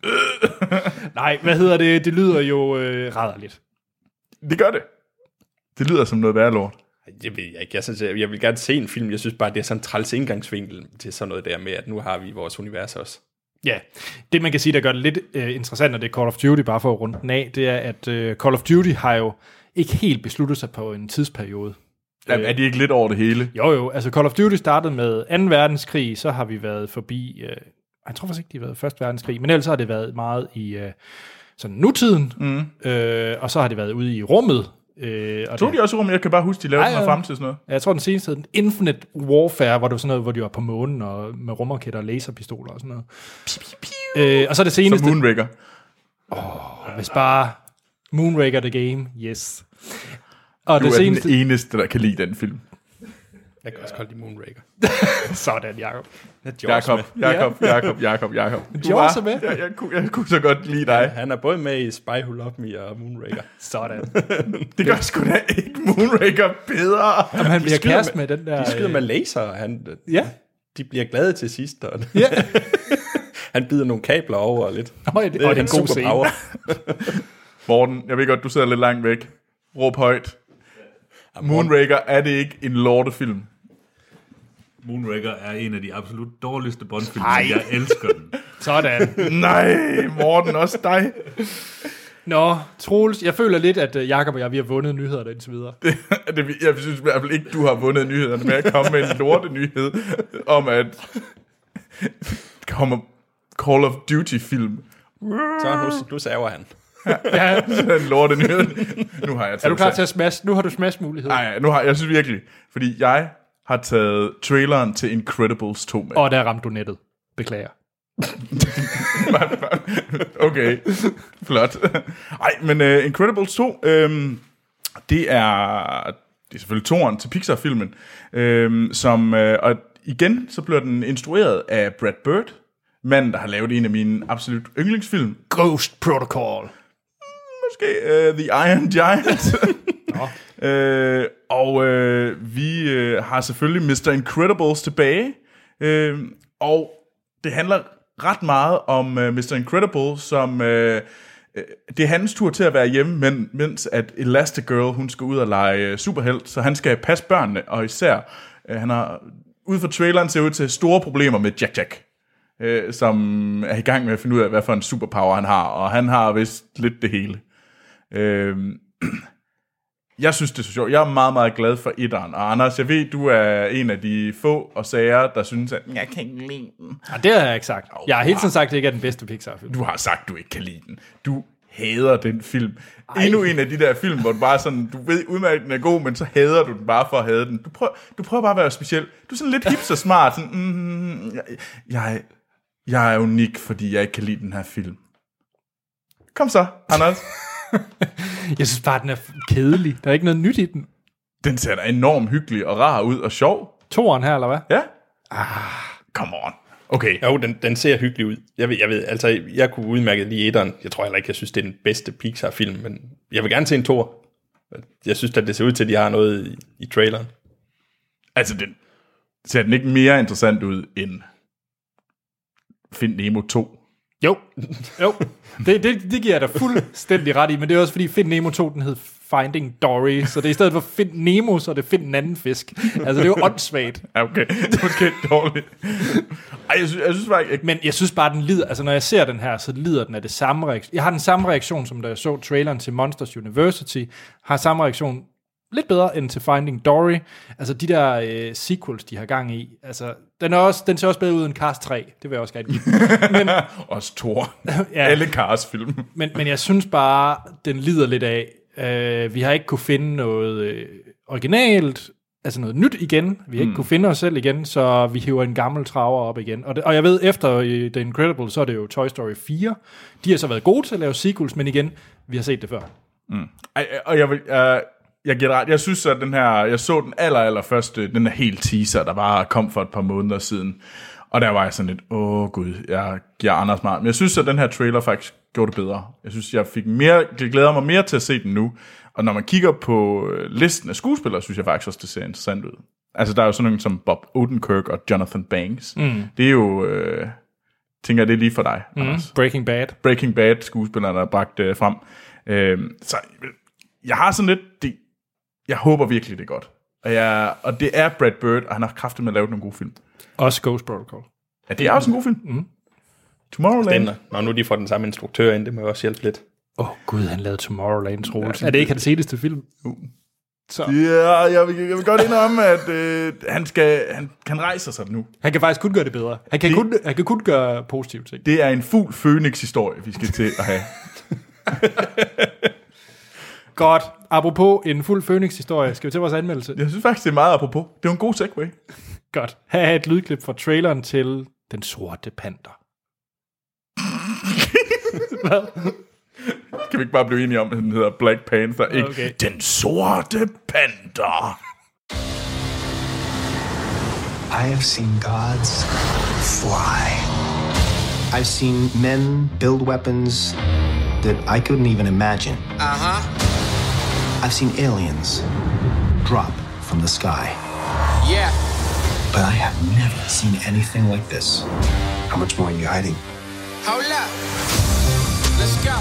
Nej, hvad hedder det? Det lyder jo rædderligt. Det gør det. Det lyder som noget værre lort. Jeg ved ikke. Jeg vil gerne se en film. Jeg synes bare, det er sådan en træls indgangsvinkel til sådan noget der med, at nu har vi vores univers også. Ja, det man kan sige, der gør det lidt interessant, og det er Call of Duty, bare for at runde den af, det er, at Call of Duty har jo ikke helt besluttet sig på en tidsperiode. Jamen, er de ikke lidt over det hele? Jo, altså Call of Duty startede med 2. verdenskrig, så har vi været forbi, jeg tror faktisk ikke, de har været 1. verdenskrig, men ellers har det været meget i sådan nutiden, og så har det været ude i rummet. Tog de også i rummet? Jeg kan bare huske, de lavede noget frem til sådan noget. Jeg tror, den seneste hed Infinite Warfare, hvor det var sådan noget, hvor de var på månen, og med rumraketter og laserpistoler og sådan noget. Og så det seneste... Så Moonraker. Hvis bare Moonraker the game, yes. Og du det er seneste... den eneste, der kan lide den film. Jeg kan også kolde de Moonraker. Sådan, Jacob. Jacob. Jaws er med. Jeg kunne så godt lide dig. Han er både med i Spy Who Loved Me og Moonraker. Sådan. Det gør sgu da ikke Moonraker bedre. Jamen, han bliver kæreste med den der... De skyder med laser. De bliver glade til sidst. Og han bider nogle kabler over og lidt. Det er en god scene. Morten, jeg ved godt, du sidder lidt langt væk. Råb højt. Moonraker, er det ikke en lortefilm? Moonraker er en af de absolut dårligste Bond-film, jeg elsker den. Sådan. Nej, Morten, også dig. Nå, Troels, jeg føler lidt, at Jacob og jeg, vi har vundet nyhederne indtil videre. Jeg synes i hvert fald ikke, du har vundet nyhederne med at komme med en lortenyhed om, at kommer Call of Duty-film. Så nu server han. Ja, en lortenyhed. Nu har jeg er du klar til at smash? Nu har du smash-mulighed. Nej, jeg synes virkelig. Fordi jeg har taget traileren til Incredibles 2 med. Og der ramte du nettet. Beklager. Okay, flot. Ej, men Incredibles 2, det er selvfølgelig toeren til Pixar-filmen, som, og igen, så bliver den instrueret af Brad Bird, manden, der har lavet en af mine absolut yndlingsfilm. Ghost Protocol. Måske The Iron Giant. Vi har selvfølgelig Mr. Incredibles tilbage, og det handler ret meget om Mr. Incredible, som det er hans tur til at være hjemme, mens at Elastigirl, hun skal ud og lege superhelt, så han skal passe børnene, og især han har ud fra traileren ser ud til store problemer med Jack, som er i gang med at finde ud af, hvad for en superpower han har, og han har vist lidt det hele. Jeg synes, det er så sjovt. Jeg er meget, meget glad for etteren. Og Anders, jeg ved, du er en af de få og sager, der synes, at jeg kan ikke lide den. Ja, det har jeg ikke sagt. Jeg har hele tiden sagt, at det ikke er den bedste Pixar-film. Du har sagt, at du ikke kan lide den. Du hader den film. Endnu en af de der film, hvor du bare sådan, du ved udmærket, den er god, men så hader du den bare for at hade den. Du prøver bare at være speciel. Du er sådan lidt hip og smart. Sådan, jeg er unik, fordi jeg ikke kan lide den her film. Kom så, Anders. Jeg synes bare, den er kedelig. Der er ikke noget nyt i den. Den ser da enormt hyggelig og rar ud og sjov. Toren her, eller hvad? Ja. Come on. Okay. Jo, den ser hyggelig ud. Jeg ved, altså, jeg kunne udmærke lige etteren. Jeg tror heller ikke, jeg synes, det er den bedste Pixar-film, men jeg vil gerne se en toer. Jeg synes, at det ser ud til, at de har noget i traileren. Altså, ser den ikke mere interessant ud end Find Nemo 2? Jo. Det giver jeg da fuldstændig ret i, men det er også fordi Find Nemo 2, den hed Finding Dory, så det er i stedet for Find Nemo, så er det Find en anden fisk. Altså, det er jo åndssvagt. Okay, det er måske dårligt. Ej, jeg synes bare ikke... Men jeg synes bare, den lider, altså når jeg ser den her, så lider den af det samme reaktion. Jeg har den samme reaktion, som da jeg så traileren til Monsters University, har samme reaktion lidt bedre end til Finding Dory. Altså de der sequels, de har gang i, altså den ser også bedre ud end Cars 3, det vil jeg også gerne give. Men, også Thor. Ja. Alle Cars-film. Men jeg synes bare, den lider lidt af, vi har ikke kunne finde noget originalt, altså noget nyt igen. Vi har ikke kunne finde os selv igen, så vi hiver en gammel traver op igen. Og jeg ved, efter The Incredible, så er det jo Toy Story 4. De har så været gode til at lave sequels, men igen, vi har set det før. Og jeg giver ret. Jeg synes, at jeg så den allerførste, den her helt teaser, der bare kom for et par måneder siden. Og der var jeg sådan lidt, gud, jeg giver Anders meget. Men jeg synes, at den her trailer faktisk gjorde det bedre. Jeg synes, jeg glæder mig mere til at se den nu. Og når man kigger på listen af skuespillere, synes jeg faktisk også, det ser interessant ud. Altså, der er jo sådan nogle som Bob Odenkirk og Jonathan Banks. Det er jo, tænker jeg, det er lige for dig, Anders. Breaking Bad skuespillere, der er bragt frem. Så jeg har sådan lidt, jeg håber virkelig, det er godt. Og det er Brad Bird, og han har kraftigt med at lave nogle gode film. Også Ghost Protocol. Ja, det er også en god film. Tomorrowland. Når nu de får den samme instruktør ind, det må jo også hjælpe lidt. Gud, han lavede Tomorrowland, Troels. Er det ikke hans seneste film? Så. Ja, jeg vil godt indrømme, at han rejser sig nu. Han kan faktisk kun gøre det bedre. Han kan kun gøre positive ting. Det er en fuld Phoenix-historie, vi skal til at have. Godt. Apropos en fuld Phoenix-historie, skal vi til vores anmeldelse? Jeg synes faktisk, det er meget apropos. Det er en god segue. Godt. Her er et lydklip fra traileren til Den Sorte Panter. Hvad? Kan vi ikke bare blive enige om, at den hedder Black Panther, ikke okay. Den Sorte Panter? I have seen gods fly. I've seen men build weapons that I couldn't even imagine. I've seen aliens drop from the sky. Yeah. But I have never seen anything like this. How much more are you hiding? Hold up. Let's go.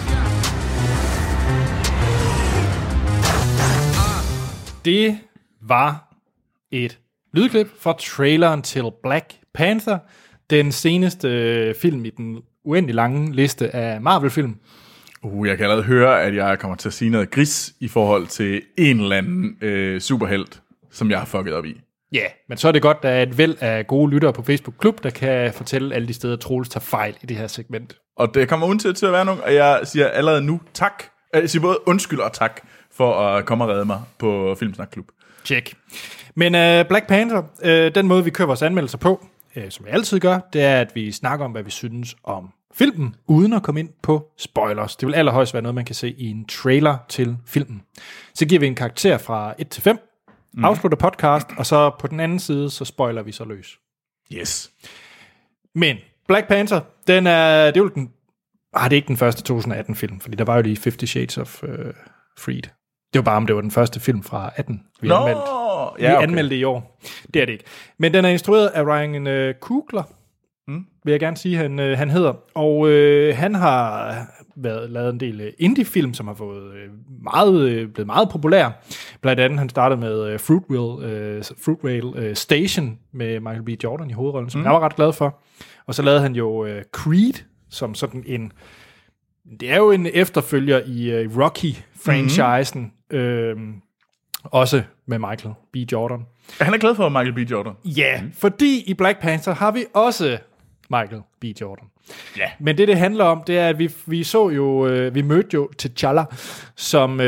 Det var et lydklip fra traileren til Black Panther, den seneste film i den uendelig lange liste af Marvel-film. Jeg kan allerede høre, at jeg kommer til at sige noget gris i forhold til en eller anden superhelt, som jeg har fucket op i. Ja, men så er det godt, at der er et væld af gode lyttere på Facebook Klub, der kan fortælle alle de steder, Troels tager fejl i det her segment. Og det kommer uden til at være nogen, og jeg siger allerede nu tak. Jeg siger både undskyld og tak for at komme og redde mig på Filmsnak Klub. Check. Men Black Panther, den måde vi kører vores anmeldelser på, som vi altid gør, det er, at vi snakker om, hvad vi synes om filmen, uden at komme ind på spoilers. Det vil allerhøjst være noget, man kan se i en trailer til filmen. Så giver vi en karakter fra 1 til 5, afslutter podcast, og så på den anden side, så spoiler vi så løs. Yes. Men Black Panther, det er jo den... det er ikke den første 2018-film, fordi der var jo lige 50 Shades of Freed. Det var bare, om det var den første film fra 18, vi anmeldte. Ja, okay. Vi anmeldte i år. Det er det ikke. Men den er instrueret af Ryan Coogler, vil jeg gerne sige, han hedder. Og han har lavet en del indie-film, som har fået blevet meget populær. Blandt andet, han startede med Fruitvale Station med Michael B. Jordan i hovedrollen, som jeg var ret glad for. Og så lavede han jo Creed, som sådan en... Det er jo en efterfølger i Rocky-franchisen, også med Michael B. Jordan. Han er glad for Michael B. Jordan. Ja, fordi i Black Panther har vi også Michael B. Jordan. Ja. Men det handler om, det er, at vi mødte jo T'Challa, som,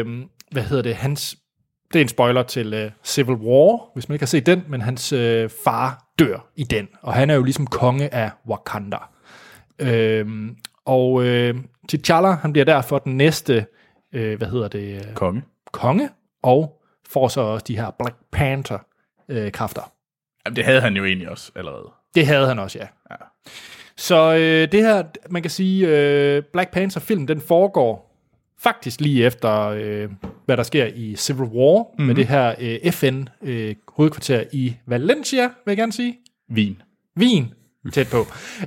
det er en spoiler til Civil War, hvis man ikke har set den, men hans far dør i den, og han er jo ligesom konge af Wakanda. T'Challa, han bliver derfor den næste, konge, og får så også de her Black Panther-kræfter. Jamen, det havde han jo egentlig også allerede. Det havde han også, ja. Så det her, man kan sige, Black Panther-film, den foregår faktisk lige efter, hvad der sker i Civil War, med det her FN-hovedkvarter i Valencia, vil jeg gerne sige. Wien. Tæt på.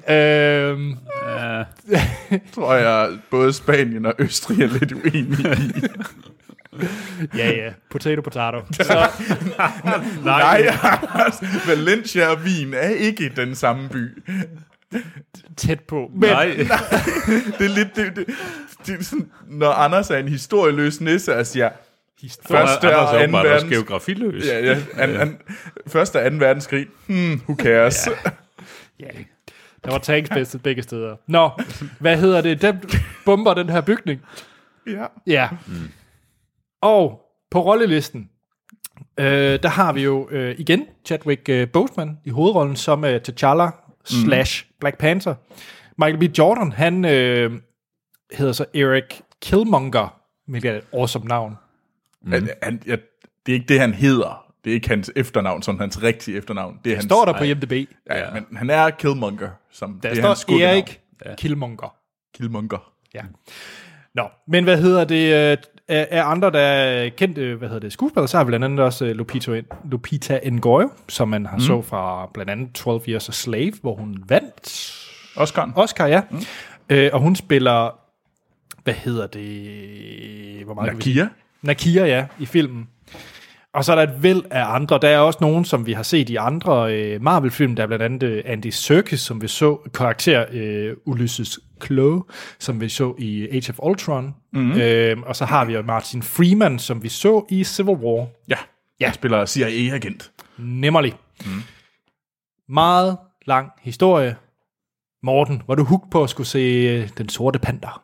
Tror jeg, både Spanien og Østrig er lidt uenige i. Ja. Potato. Så, Nej, Valencia og Wien er ikke den samme by. Tæt på. Men, Nej. Det er lidt... Det er sådan, når Anders er en historieløs nisse og siger... Første og anden verdenskrig. Geografiløs. Ja. Første og anden verdenskrig. Who cares? Ja. Der var tanks begge steder. Nå, hvad hedder det? Den bomber den her bygning. Ja. Og på rollelisten, der har vi jo igen Chadwick Boseman i hovedrollen som T'Challa / Black Panther. Michael B. Jordan, han hedder så Eric Killmonger, hvilket er et awesome navn. Det er ikke det, han hedder. Det er ikke hans efternavn, som hans rigtige efternavn. Det er hans, står der på IMDb. Ja, men han er Killmonger. Som Der det er står Erik Killmonger. Killmonger. Ja. Nå, men hvad hedder det? Af andre, der er kendte, skuespillere, så har vi blandt andet også Lupita Nyong'o, som man har så fra blandt andet 12 Years a Slave, hvor hun vandt Oscar, ja. Og hun spiller, hvad hedder det? Hvor meget Nakia, ja, i filmen. Og så er der et væld af andre. Der er også nogen, som vi har set i andre Marvel-film. Der er blandt andet Andy Serkis, som vi så, karakter Ulysses Klaue, som vi så i Age of Ultron. Og så har vi jo Martin Freeman, som vi så i Civil War. Ja. Han spiller CIA-agent. Nemmerlig. Meget lang historie. Morten, var du hooked på at skulle se Den Sorte Panter?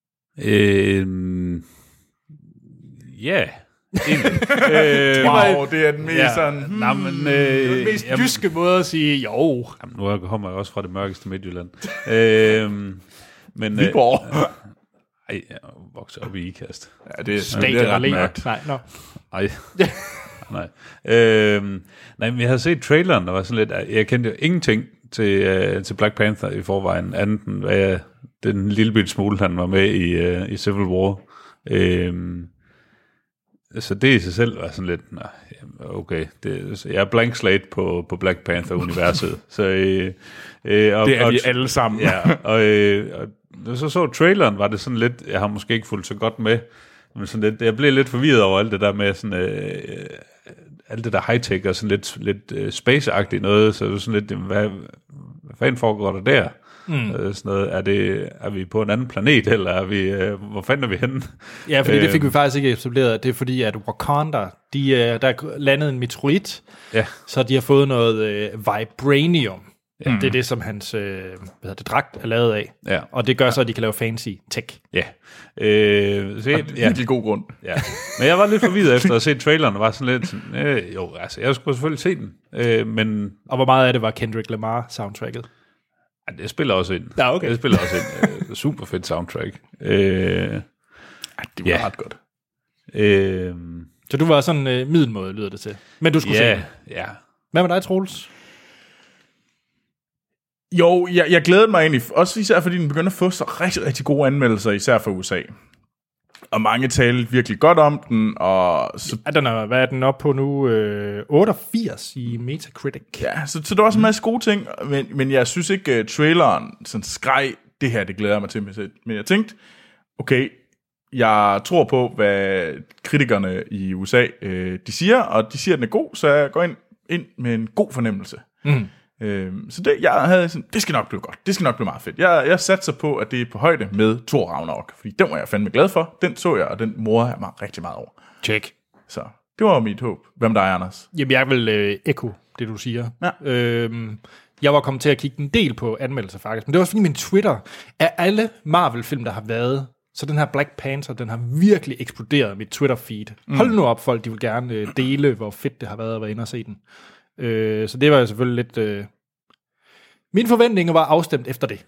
Ja. Wow, det er den mest sådan... den mest jyske måde at sige, jo. Jamen, nu kommer jeg også fra det mørkeste Midtjylland. Men Viborg. Jeg vokser op i Ikast. Ja, det er ret mørkt. Nej, men jeg havde set traileren, der var sådan lidt... Jeg kendte jo ingenting til Black Panther i forvejen, andet end hvad den lille bitte smule, han var med i Civil War. Så det i sig selv var sådan lidt, okay, jeg er blank slate på Black Panther-universet. Så, det er vi alle sammen. Ja, og så traileren, var det sådan lidt, jeg har måske ikke fulgt så godt med, men sådan lidt, jeg blev lidt forvirret over alt det der med sådan, alt det der high-tech og sådan lidt space-agtigt noget, så det var sådan lidt, hvad fanden foregår der der? Sådan noget. Er vi på en anden planet, eller er vi, hvor fanden er vi henne? Ja, fordi det fik vi faktisk ikke etableret. Det er fordi, at Wakanda, der er landet en meteorit, så de har fået noget vibranium. Ja. Det er det, som hans dragt er lavet af. Ja. Og det gør så, at de kan lave fancy tech. Ja. Virkelig god grund. Ja. Men jeg var lidt forvirret efter at se traileren, og var sådan lidt jeg skulle selvfølgelig se den. Men... Og hvor meget af det var Kendrick Lamar soundtracket? Ja, det spiller også ind. Ja, okay. Det spiller også ind. Super fedt soundtrack. Det var ret godt. Så du var sådan middelmåde, lyder det til. Men du skulle se den. Ja. Hvad med dig, Troels? Jo, jeg glædede mig egentlig, også især fordi den begynder at få så rigtig, rigtig gode anmeldelser, især fra USA. Og mange talte virkelig godt om den, og... Så, hvad er den oppe på nu? 88 i Metacritic. Ja, så der var også en masse gode ting, men jeg synes ikke, traileren sådan skreg, det her, det glæder jeg mig til. Men jeg tænkte, okay, jeg tror på, hvad kritikerne i USA, de siger, og de siger, at den er god, så jeg går ind med en god fornemmelse. Så jeg havde sådan, det skal nok blive godt. Det skal nok blive meget fedt. Jeg satser på, at det er på højde med Thor Ragnarok, fordi den var jeg fandme glad for. Den så jeg, og den morede jeg mig rigtig meget over. Check. Så det var mit håb. Hvad med dig, Anders? Jamen, jeg vil ekko det, du siger. Ja. Jeg var kommet til at kigge en del på anmeldelser faktisk, men det var også fordi min Twitter, af alle Marvel-film, der har været, så den her Black Panther, den har virkelig eksploderet mit Twitter-feed. Hold nu op, folk, de vil gerne dele, hvor fedt det har været at være inde og se den. Så det var jo selvfølgelig lidt... Mine forventninger var afstemt efter det.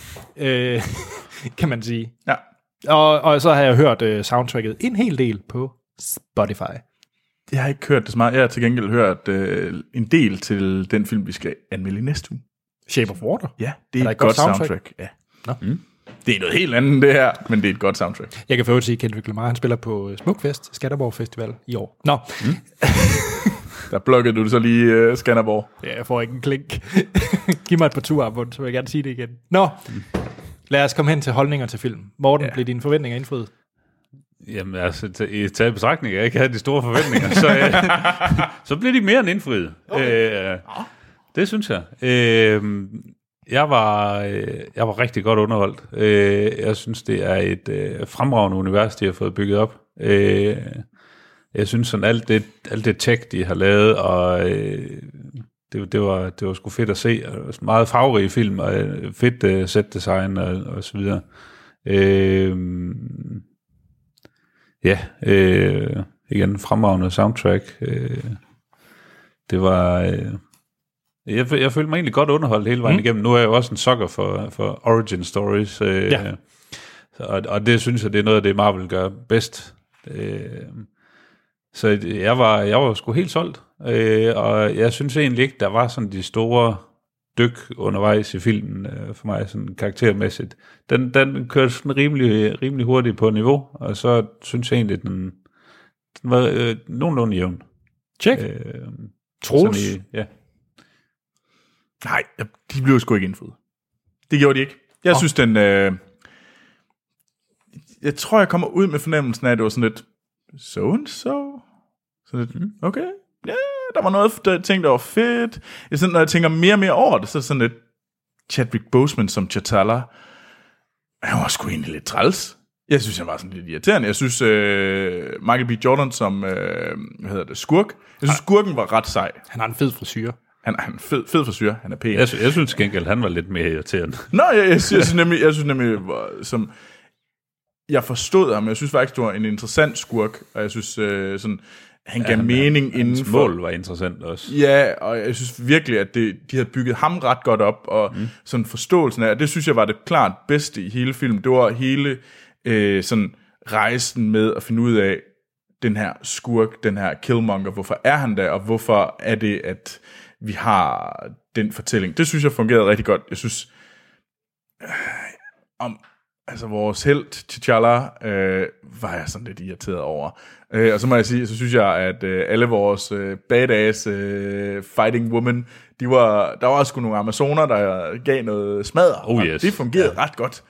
Kan man sige. Ja. Og så har jeg hørt soundtracket en hel del på Spotify. Jeg har ikke hørt det så meget. Jeg har til gengæld hørt en del til den film, vi skal anmelde i næste uge. Shape of Water? Ja, det er et godt soundtrack. Ja. Det er noget helt andet, det her, men det er et godt soundtrack. Jeg kan for øvrigt sige, at Kendrick Lamar, han spiller på Smukfest, Skanderborg Festival i år. Nå. Der plukkede du så lige Skanderborg. Ja, jeg får ikke en klink. Giv mig et par turarbund, så vil jeg gerne sige det igen. Nå, lad os komme hen til holdninger til film. Morten, blev dine forventninger indfriet? Jamen altså, i taget betragtning, jeg ikke havde de store forventninger, så blev de mere end indfriet. Okay. Det synes jeg. Jeg var rigtig godt underholdt. Jeg synes, det er et fremragende univers, de har fået bygget op. Jeg synes sådan alt det tech, de har lavet, og det var sgu fedt at se. Meget farverige film, og fedt setdesign og så videre. Igen fremragende soundtrack. Det var... Jeg følte mig egentlig godt underholdt hele vejen igennem. Nu er jeg jo også en sucker for origin stories. Og det synes jeg, det er noget af det, Marvel gør bedst. Så jeg var sgu helt solgt. Og jeg synes egentlig ikke, der var sådan de store dyk undervejs i filmen for mig, sådan karaktermæssigt. Den kørte sådan rimelig hurtigt på niveau, og så synes jeg egentlig, den var nogenlunde jævn. Tjek. Troels? Ja. Nej, de blev sgu ikke indfriet. Det gjorde de ikke. Jeg synes, den... jeg tror, jeg kommer ud med fornemmelsen af, at det var sådan lidt... So. Sådan lidt, okay. Ja, der var noget ting, der var fedt. Når jeg tænker mere og mere over det, så er det sådan lidt... Chadwick Boseman som T'Challa, han var sgu egentlig lidt træls. Jeg synes, han var sådan lidt irriterende. Jeg synes, Michael B. Jordan som, skurk. Jeg synes, skurken var ret sej. Han har en fed frisyr. Han er fed frisyr. Han er pæn. Jeg synes gengæld, han var lidt mere irriterende. Nå, jeg synes nemlig, som... Jeg forstod ham, jeg synes faktisk, det var en interessant skurk, og jeg synes, sådan, han gav mening inden for... mål var interessant også. Ja, og jeg synes virkelig, at de havde bygget ham ret godt op, og sådan forståelsen af, det synes jeg var det klart bedste i hele filmen. Det var hele sådan rejsen med at finde ud af, den her skurk, den her Killmonger, hvorfor er han der, og hvorfor er det, at vi har den fortælling. Det synes jeg fungerede rigtig godt. Jeg synes, altså vores helt T'Challa var jeg sådan lidt irriteret over. Og så må jeg sige, så synes jeg, at alle vores badass fighting women, der var også sgu nogle amazoner, der gav noget smadre. Yes. Det fungerede ret godt.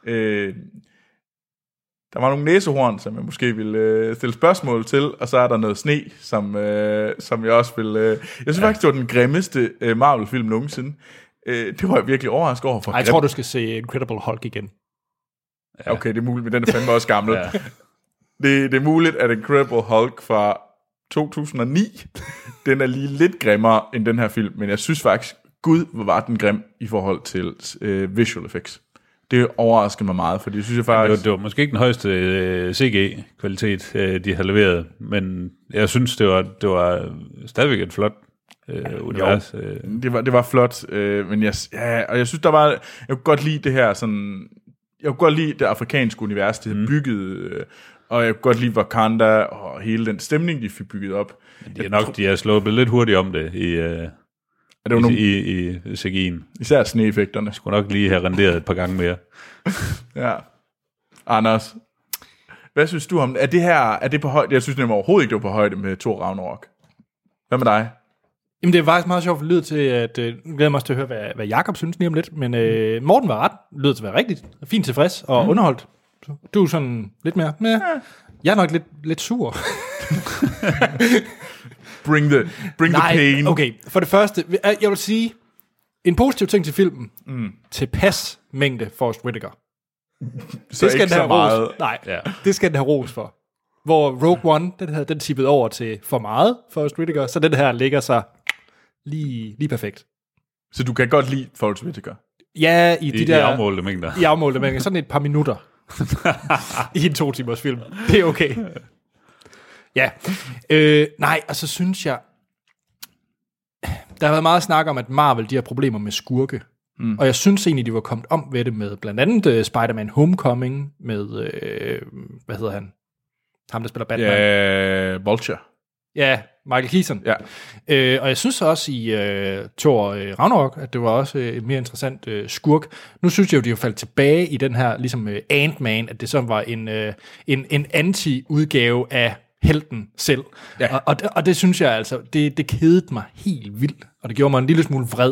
Der var nogle næsehorn, som jeg måske ville stille spørgsmål til, og så er der noget sne, som jeg også vil... jeg synes faktisk, det var den grimmeste Marvel-film nogensinde. Det var jeg virkelig overrasket over. Jeg tror, du skal se Incredible Hulk igen. Ja. Okay, det er muligt, men den er fandme også gammel. Ja. Det er muligt, at Incredible Hulk fra 2009, den er lige lidt grimmere end den her film, men jeg synes faktisk, gud, hvor var den grim i forhold til visual effects. Det overraskede mig meget, fordi jeg synes jeg faktisk... Det var måske ikke den højeste CG-kvalitet, de har leveret, men jeg synes, det var stadigvæk et flot univers. Det var flot, men jeg synes, jeg kunne godt lide det her sådan... Jeg kunne godt lide det afrikanske univers, det havde bygget, og jeg kunne godt lide Wakanda og hele den stemning, de fik bygget op. De har slået lidt hurtigt om det i CG'en. Især sneeffekterne. Skulle nok lige have renderet et par gange mere. Ja. Anders, hvad synes du om, er det på højde? Jeg synes nemlig overhovedet ikke, det var på højde med Thor Ragnarok. Hvad med dig? Jamen, det er faktisk meget sjovt lyd til, at glæder mig også til at høre, hvad Jakob synes lige om lidt, men Morten var ret, lyder til at være rigtigt, fint tilfreds og underholdt. Du er sådan lidt mere, jeg er nok lidt sur. Bring the pain. Okay, for det første, jeg vil sige, en positiv ting til filmen, tilpas mængde Forrest Whitaker. Så det skal ikke så meget. Nej, det skal den have ros for. Hvor Rogue One, den tippede over til for meget Forrest Whitaker, så den her ligger sig lige perfekt. Så du kan godt lide Forrest Whitaker? Ja, i de der... I afmålte mængder. I afmålte mængder. Sådan et par minutter. I en 2 timers film. Det er okay. Ja. Nej, og så synes jeg... Der har været meget snak om, at Marvel, de har problemer med skurke. Og jeg synes egentlig, de var kommet om ved det med blandt andet Spider-Man Homecoming, med... hvad hedder han? Ham, der spiller Batman. Ja, Vulture. Ja, Michael Keaton. Ja. Og jeg synes også i Thor Ragnarok, at det var også en mere interessant skurk. Nu synes jeg jo, de har faldet tilbage i den her, ligesom Ant-Man, at det så var en anti-udgave af helten selv. Ja. Og det synes jeg altså, det kedede mig helt vildt. Og det gjorde mig en lille smule vred,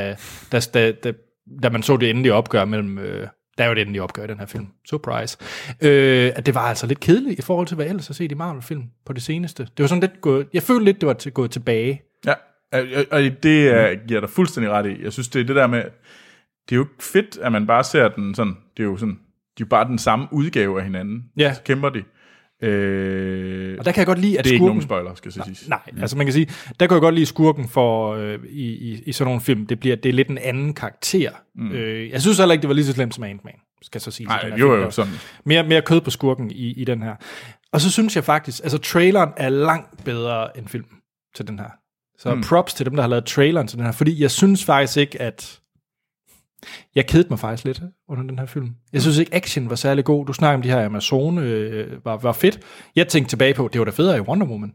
da man så det endelige opgør mellem... Der er jo det endelige opgør i den her film. Surprise. At det var altså lidt kedeligt i forhold til, hvad jeg ellers har set i Marvel-film på det seneste. Det var sådan lidt gået... Jeg følte lidt, det var gået tilbage. Ja, og det giver dig fuldstændig ret i. Jeg synes, det er det der med... Det er jo ikke fedt, at man bare ser den sådan... Det er jo sådan... De er jo bare den samme udgave af hinanden. Ja. Så kæmper de. Og der kan jeg godt lide, at det er skurken... ikke nogen spoiler, skal jeg sige. Nej, altså man kan sige, der kan jeg godt lide skurken for i sådan nogle film. Det er lidt en anden karakter. Jeg synes heller ikke, det var lige så slemt som Ant-Man, skal så sige. Nej, jo sådan. Mere kød på skurken i den her. Og så synes jeg faktisk, altså traileren er langt bedre end film til den her. Så props til dem, der har lavet traileren til den her, fordi jeg synes faktisk ikke, at... Jeg kedede mig faktisk lidt under den her film. Jeg synes ikke, action var særlig god. Du snakker om de her Amazon, var fedt. Jeg tænkte tilbage på, det var da federe i Wonder Woman.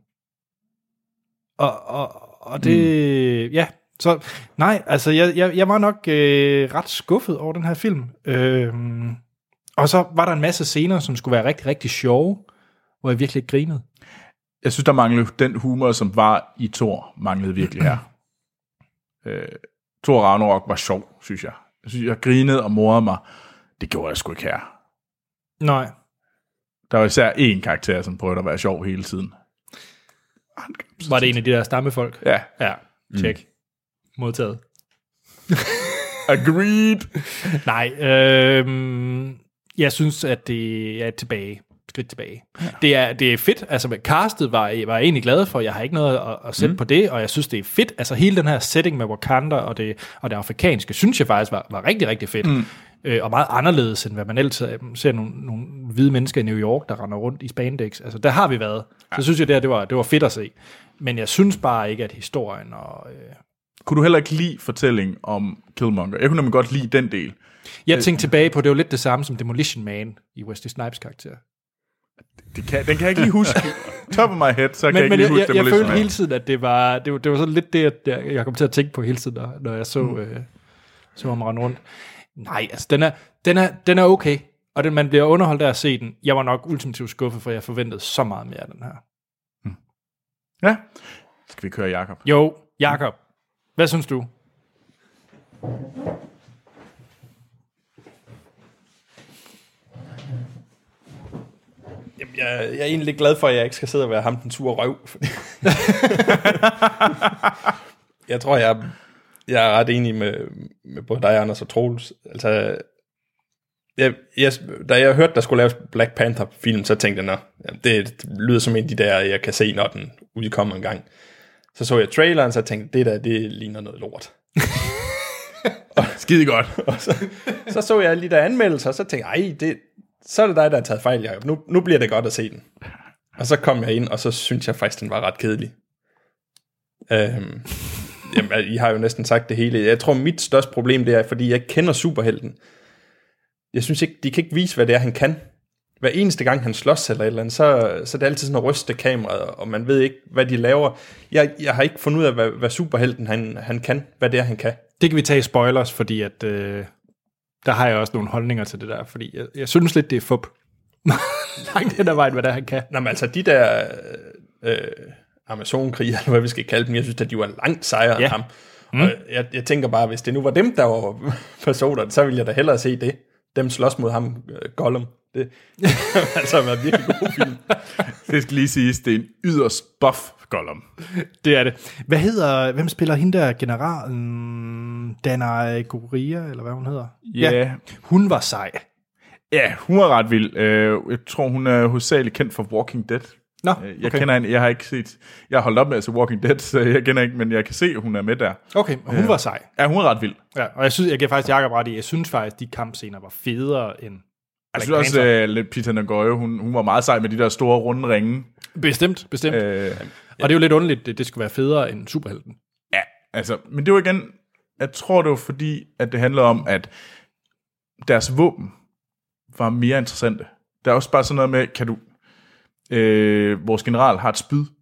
Og det... Ja, så... Nej, altså, jeg var nok ret skuffet over den her film. Og så var der en masse scener, som skulle være rigtig, rigtig sjove, hvor jeg virkelig ikke grinede. Jeg synes, der manglede den humor, som var i Thor, manglede virkelig her. Thor Ragnarok var sjov, synes jeg. Jeg synes, jeg grinede og morede mig. Det gjorde jeg sgu ikke her. Nej. Der var især én karakter, som prøvede at være sjov hele tiden. Var det en af de der stammefolk? Ja. Ja, tjek. Modtaget. Agreed. Nej, jeg synes, at det er skridt tilbage. Ja. Det er fedt, altså castet var jeg egentlig glad for, jeg har ikke noget at sætte på det, og jeg synes, det er fedt, altså hele den her setting med Wakanda og det afrikanske, synes jeg faktisk var rigtig, rigtig fedt, og meget anderledes, end hvad man ellers ser nogle hvide mennesker i New York, der render rundt i spandex, altså der har vi været, så synes jeg, det var fedt at se, men jeg synes bare ikke, at historien og... Kunne du heller ikke lide fortællingen om Killmonger? Jeg kunne nemlig godt lide den del. Jeg tænkte tilbage på, det var lidt det samme som Demolition Man i Wesley Snipes karakter. Den kan jeg ikke lige huske. Top of my head, så kan jeg ikke lige huske Demolition Man. Jeg følte hele tiden, at det var sådan lidt det, at jeg kom til at tænke på hele tiden, når jeg så ham rende rundt. Nej, altså den er okay, og man bliver underholdt af at se den. Jeg var nok ultimativt skuffet, for jeg forventede så meget mere af den her. Ja. Skal vi køre Jakob? Jo, Jakob. Hvad synes du? Jamen, jeg er egentlig lidt glad for, at jeg ikke skal sidde og være ham den sure røv. Jeg tror, jeg er ret enig med både dig, Anders og Troels. Altså, da jeg hørte, der skulle laves Black Panther-film, så tænkte jeg, det lyder som en af de der, jeg kan se, når den udkommer en gang. Så jeg traileren, så tænkte jeg, det ligner noget lort. Skide godt. Og så jeg lige der anmeldelser, og så tænkte jeg, så er det dig, der har taget fejl, Jacob. Nu bliver det godt at se den. Og så kom jeg ind, og så synes jeg faktisk, den var ret kedelig. Jamen, I har jo næsten sagt det hele. Jeg tror, mit største problem, det er, fordi jeg kender superhelten. Jeg synes ikke, de kan ikke vise, hvad det er, han kan. Hver eneste gang, han slås eller et eller andet, så er det altid sådan at ryste kameraet, og man ved ikke, hvad de laver. Jeg har ikke fundet ud af, hvad superhelten han kan, hvad det er, han kan. Det kan vi tage i spoilers, fordi at, der har jeg også nogle holdninger til det der, fordi jeg synes lidt, det er fup. Langt hen ad vejen, hvad det er, han kan. Nå, men altså, de der Amazon-kriger, eller hvad vi skal kalde dem, jeg synes, at de var langt sejere end ham. Og jeg tænker bare, hvis det nu var dem, der var personer, så ville jeg da hellere se det. Dem slås mod ham, Gollum. Det altså har været virkelig god film. Det skal lige siges, det er en yderst buff Gollum. Det er det. Hvem spiller hende der generalen? Dana Gurira, eller hvad hun hedder? Ja. Hun var sej. Ja, hun er ret vild. Jeg tror, hun er hovedsageligt kendt for Walking Dead. Nå, Jeg kender hende, jeg har ikke set... Jeg har holdt op med at se Walking Dead, så jeg kender ikke, men jeg kan se, at hun er med der. Okay, og hun var sej. Ja, hun er ret vild. Ja, og jeg giver faktisk Jacob ret i, jeg synes faktisk, de kampscener var federe end... Jeg synes også, Peter Nagoye, hun var meget sej med de der store runde ringe. Bestemt. Og det er jo lidt underligt, det skulle være federe end superhelten. Ja, altså, men det var igen... Jeg tror, det var fordi, at det handler om, at deres våben var mere interessante. Der er også bare sådan noget med, kan du... vores general har et spyd.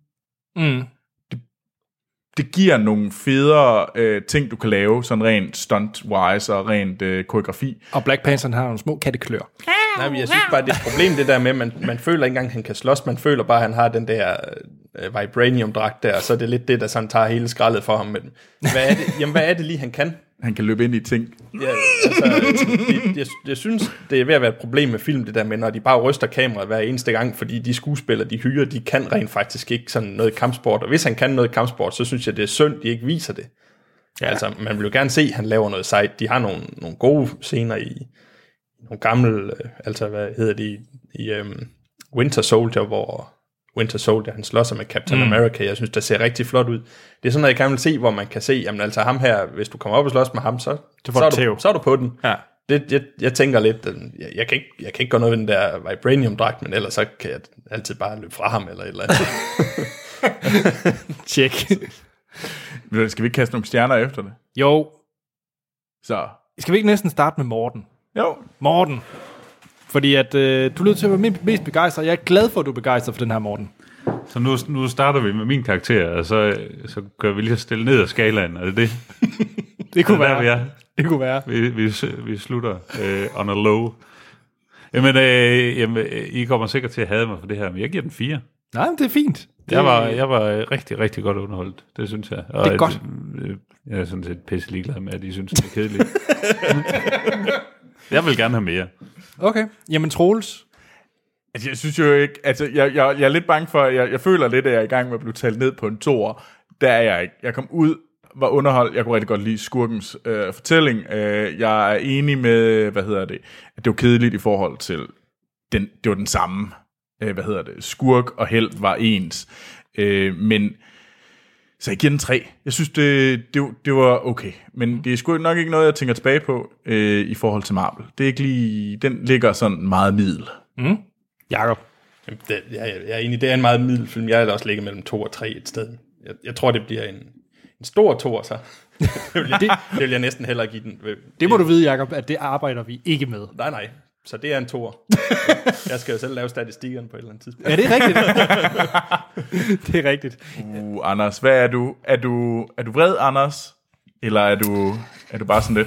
Det giver nogle federe ting, du kan lave, sådan rent stunt-wise og rent koreografi. Og Black Panther har nogle små katteklør. Nej, men jeg synes bare, det er et problem, det der med, man føler ikke engang, han kan slås. Man føler bare, han har den der vibranium-dragt der, og så er det lidt det, der sådan tager hele skraldet for ham. Men hvad er det lige, han kan? Han kan løbe ind i ting. Ja, altså, jeg synes, det er ved at være et problem med film, det der med, når de bare ryster kameraet hver eneste gang, fordi de skuespillere, de hyrer, de kan rent faktisk ikke sådan noget kampsport. Og hvis han kan noget kampsport, så synes jeg, det er synd, de ikke viser det. Ja. Altså, man vil jo gerne se, at han laver noget sejt. De har nogle gode scener i nogle gamle, altså hvad hedder det, i Winter Soldier, hvor Winter Soldier, han slår sig med Captain America. Jeg synes, det ser rigtig flot ud. Det er sådan noget, jeg gerne vil se, hvor man kan se, jamen altså ham her, hvis du kommer op og slås med ham, så er du på den. Ja. Jeg tænker lidt, jeg kan ikke gøre noget ved den der vibranium-dragt, men ellers så kan jeg altid bare løbe fra ham, eller et eller andet. Tjek. Skal vi ikke kaste nogle stjerner efter det? Jo. Så. Skal vi ikke næsten starte med Morten? Jo. Morten. Fordi at du lyder til at være mest begejstret. Jeg er glad for, at du er begejstret for den her, Morten. Så nu starter vi med min karakter, og så gør vi lige stille ned af skalaen. Er det det? Det kunne være. Det kunne være. Vi slutter on a low. Jamen, I kommer sikkert til at hade mig for det her, men jeg giver den 4. Nej, men det er fint. Jeg var rigtig, rigtig godt underholdt. Det synes jeg. Og det er godt. Jeg er sådan set pisse ligeglad med, at I synes, det er kedeligt. Jeg vil gerne have mere. Okay. Jamen, Troels? Altså, jeg synes jo ikke... Altså, jeg er lidt bange for... Jeg føler lidt, at jeg er i gang med at blive talt ned på en 2'er. Der er jeg ikke. Jeg kom ud, var underholdt. Jeg kunne rigtig godt lide skurkens fortælling. Jeg er enig med, at det var kedeligt i forhold til... Det var den samme... Skurk og helt var ens. Men... Så jeg giver den 3. Jeg synes, det var okay. Men det er sgu nok ikke noget, jeg tænker tilbage på i forhold til Marvel. Det er ikke lige... Den ligger sådan meget middel. Jakob? Jeg er enig, det er en meget middelfilm. Jeg er også ligget mellem 2 og 3 et sted. Jeg tror, det bliver en stor 2, så. det vil jeg næsten hellere give den. Det må du vide, Jakob, at det arbejder vi ikke med. Nej. Så det er en 2. Jeg skal jo selv lave statistikkerne på et eller andet tidspunkt. Ja, det er rigtigt. Det er rigtigt. Anders, hvad er du? Er du vred, Anders? Eller er du bare sådan lidt?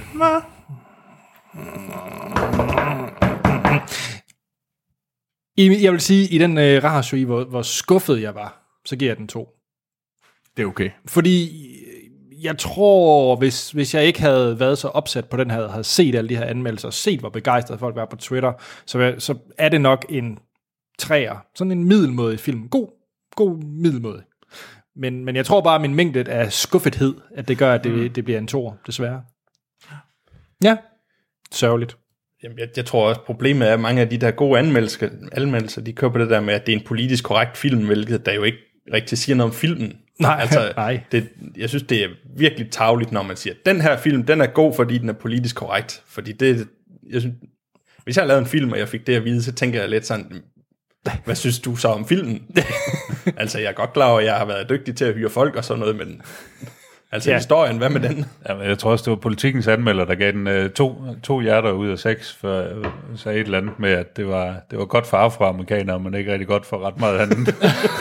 Jeg vil sige, i den ratio, i hvor skuffet jeg var, så giver jeg den 2. Det er okay. Fordi jeg tror, hvis jeg ikke havde været så opsat på den her, havde set alle de her anmeldelser, set hvor begejstrede folk var på Twitter, så er det nok en 3'er. Sådan en middelmådig film. God middelmådig. Men jeg tror bare, at min mængde af skuffethed, at det gør, at det bliver en 2'er, desværre. Ja, sørgeligt. Jamen, jeg tror også, problemet er, at mange af de der gode anmeldelser, de kører på det der med, at det er en politisk korrekt film, hvilket der jo ikke rigtig siger noget om filmen. Nej. Jeg synes, det er virkelig tarveligt, når man siger, at den her film, den er god, fordi den er politisk korrekt. Fordi jeg synes, hvis jeg lavede en film, og jeg fik det at vide, så tænker jeg lidt sådan, hvad synes du så om filmen? Altså, jeg er godt klar over, at jeg har været dygtig til at hyre folk og sådan noget, men altså historien, hvad med den? Jamen, jeg tror også, det var Politikens anmelder, der gav den 2 hjerter ud af 6, for sagde et eller andet med, at det var godt for afroamerikanere, men ikke rigtig godt for ret meget andet.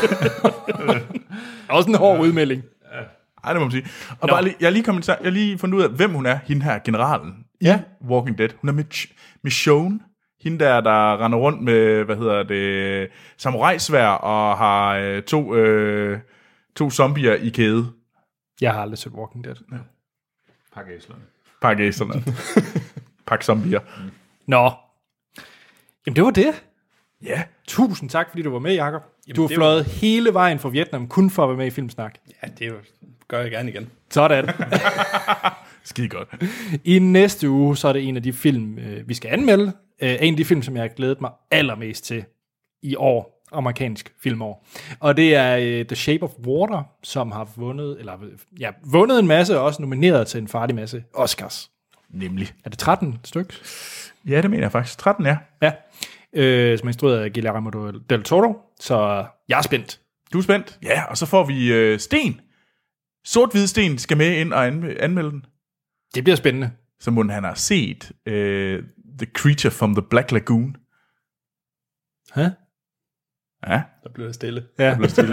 Også en hård udmelding. Ej, det må man sige. Og bare lige, jeg har lige fundet ud af, hvem hun er, hende her, generalen i Walking Dead. Hun er Michonne. Hende der render rundt med, samurai-svær og har to zombier i kæde. Jeg har aldrig set Walking Dead. Ja. Pak æslerne. Pak zombier. Nå. Jamen, det var det. Ja. Tusind tak, fordi du var med, Jakob. Du har fløjet hele vejen fra Vietnam, kun for at være med i Filmsnak. Ja, det gør jeg gerne igen. Sådan. Skide godt. I næste uge, så er det en af de film, vi skal anmelde. En af de film, som jeg har glædet mig allermest til i år. Amerikansk filmår. Og det er The Shape of Water, som har vundet en masse, og også nomineret til en farlig masse Oscars. Nemlig. Er det 13 stykker? Ja, det mener jeg faktisk. 13, ja. Ja. Som er instrueret af Guillermo del Toro. Så jeg er spændt. Du er spændt? Ja, og så får vi Sten. Sort-hvid Sten skal med ind og anmelde den. Det bliver spændende. Som han har set The Creature from the Black Lagoon. Hæ? Ja. Der blev det stille. Ja. Der blev stille.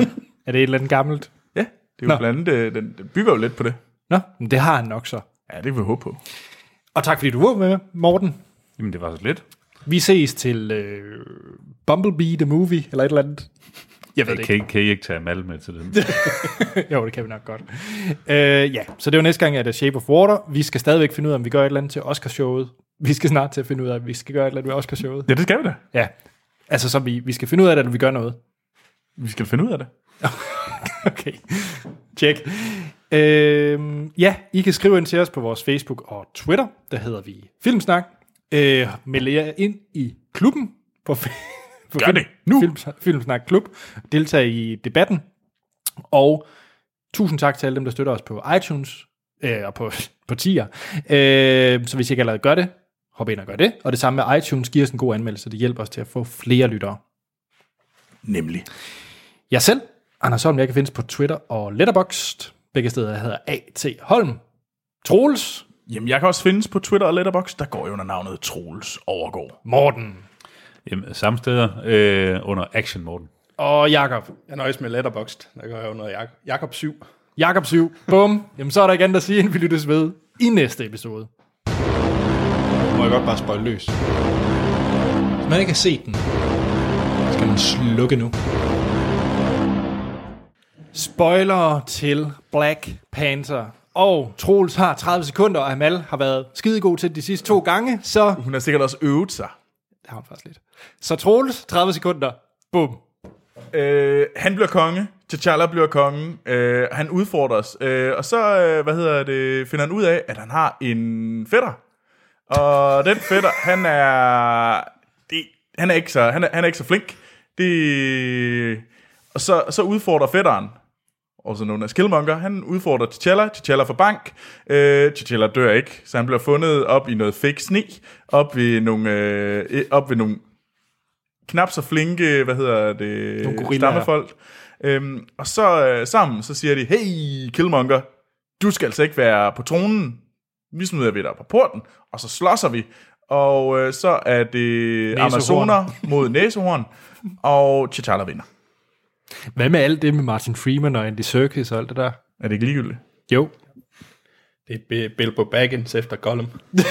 Er det et eller andet gammelt? Ja, det er jo blandt andet, den bygger jo lidt på det. Nå, men det har han nok så. Ja, det vil jeg håbe på. Og tak fordi du var med, Morten. Jamen, det var så lidt. Vi ses til Bumblebee the Movie, eller et eller andet. Jeg ved det ikke. Kan I ikke tage Mal med til den? Jo, det kan vi nok godt. Ja, så det er jo næste gang, at det er Shape of Water. Vi skal stadigvæk finde ud af, om vi gør et eller andet til Oscarshowet. Vi skal snart til at finde ud af, at vi skal gøre et eller andet ved Oscarshowet. Ja, det skal vi da. Ja, altså så vi skal finde ud af det, at vi gør noget. Vi skal finde ud af det. Okay, tjek. Ja, I kan skrive ind til os på vores Facebook og Twitter. Der hedder vi Filmsnak. Meld jer ind i klubben på Gør det nu. Filmsnak Klub. Deltag i debatten. Og tusind tak til alle dem, der støtter os på iTunes og på tier. Så hvis I ikke allerede gør det, hop ind og gør det. Og det samme med iTunes, giver os en god anmeldelse. Det hjælper os til at få flere lyttere. Nemlig. Jeg selv, Anders Holm, jeg kan findes på Twitter og Letterboxd. Begge steder hedder A.T. Holm. Troels. Jamen, jeg kan også findes på Twitter og Letterboxd. Der går jo under navnet Troels Overgaard. Morten. Jamen, samme steder under Action Morten. Og Jakob. Jeg nøjes med Letterboxd. Der går jeg under Jakob 7. Jakob 7. Bum. Jamen, så er der ikke andet at sige, end vi lyttes ved i næste episode. Må jeg godt bare spøjle løs. Hvis man ikke har set den, skal man slukke nu. Spoiler til Black Panther. Og Troels har 30 sekunder, og Amal har været skidegod til de sidste 2 gange, så... Hun har sikkert også øvet sig. Det har hun faktisk lidt. Så Troels, 30 sekunder. Bum. Han bliver konge. T'Challa bliver konge. Han udfordres. Og så, finder han ud af, at han har en fætter. Og den fætter, han er ikke så flink. Og så udfordrer fætteren, også known as Killmonger, han udfordrer T'Challa får bank. T'Challa dør ikke, så han bliver fundet op i noget fake sne, op ved nogle knap så flinke, stammefolk. Og så sammen, så siger de, hey Killmonger, du skal altså ikke være på tronen. Vi smider vi dig på porten, og så slåsser vi. Og så er det Amazoner mod næsehorn, og T'Challa vinder. Hvad med alt det med Martin Freeman og Andy Serkis og alt det der? Er det ikke ligegyldigt? Jo. Det er Bilbo Baggins efter Gollum.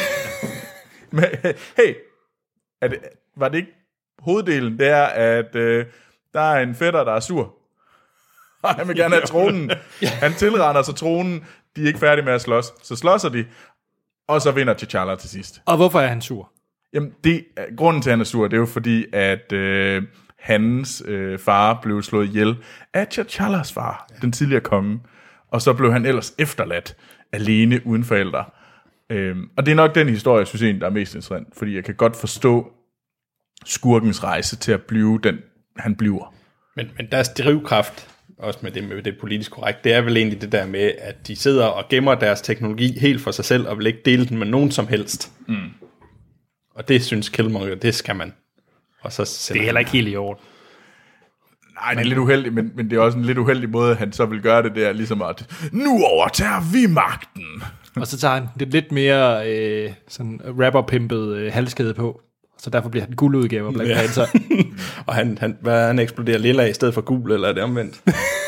Men, hey, var det ikke hoveddelen? Det er, at der er en fætter, der er sur. Og han vil gerne have tronen. Han tilrender sig tronen. De er ikke færdige med at slås. Så slåsser de, og så vinder T'Challa til sidst. Og hvorfor er han sur? Jamen, grunden til, at han er sur, det er jo fordi, at hans far blev slået ihjel af T'Challas far, den tidligere konge. Og så blev han ellers efterladt alene uden forældre. Og det er nok den historie, jeg synes egentlig, der er mest interessant. Fordi jeg kan godt forstå skurkens rejse til at blive den, han bliver. Men deres drivkraft, også med det politisk korrekt, det er vel egentlig det der med, at de sidder og gemmer deres teknologi helt for sig selv, og vil ikke dele den med nogen som helst. Mm. Og det synes Killmonger, det skal man. Og så det er heller ikke helt i orden. Nej, det er lidt uheldigt, men det er også en lidt uheldig måde, at han så vil gøre det der, ligesom at, nu overtager vi magten. Og så tager han det lidt mere sådan rapper-pimpet halskæde på. Så derfor bliver han guldudgave af Black Panther. Og han eksploderer lilla i stedet for gul, eller er det omvendt?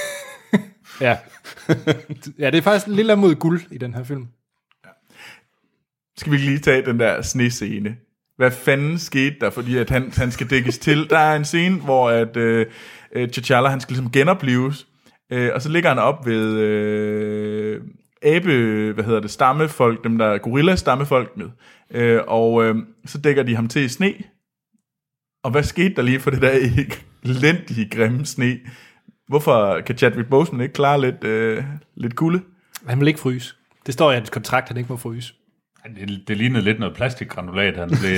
Ja. Ja, det er faktisk lilla mod guld i den her film. Ja. Skal vi lige tage den der snescene? Hvad fanden skete der, fordi at han skal dækkes til? Der er en scene, hvor at T'Challa, han skal ligesom genoplives, og så ligger han op ved stammefolk, dem der gorilla-stammefolk med, og så dækker de ham til i sne. Og hvad skete der lige for det der elendige, grimme sne? Hvorfor kan Chadwick Boseman ikke klare lidt kulde? Han vil ikke fryse. Det står i hans kontrakt, han ikke må fryse. Det lignede lidt noget plastikgranulat, han blev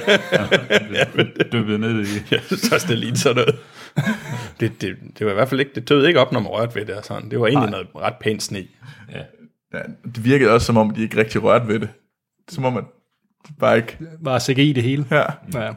dyppet ned i. Jeg synes også, det lignede sådan noget. Det var i hvert fald ikke, det tøvede ikke op, når man rørte ved det og sådan. Det var egentlig noget ret pænt sne. Ja, det virkede også, som om de ikke rigtig rørte ved det. Som om man bare ikke... Bare CGI det hele. Ja. Ja.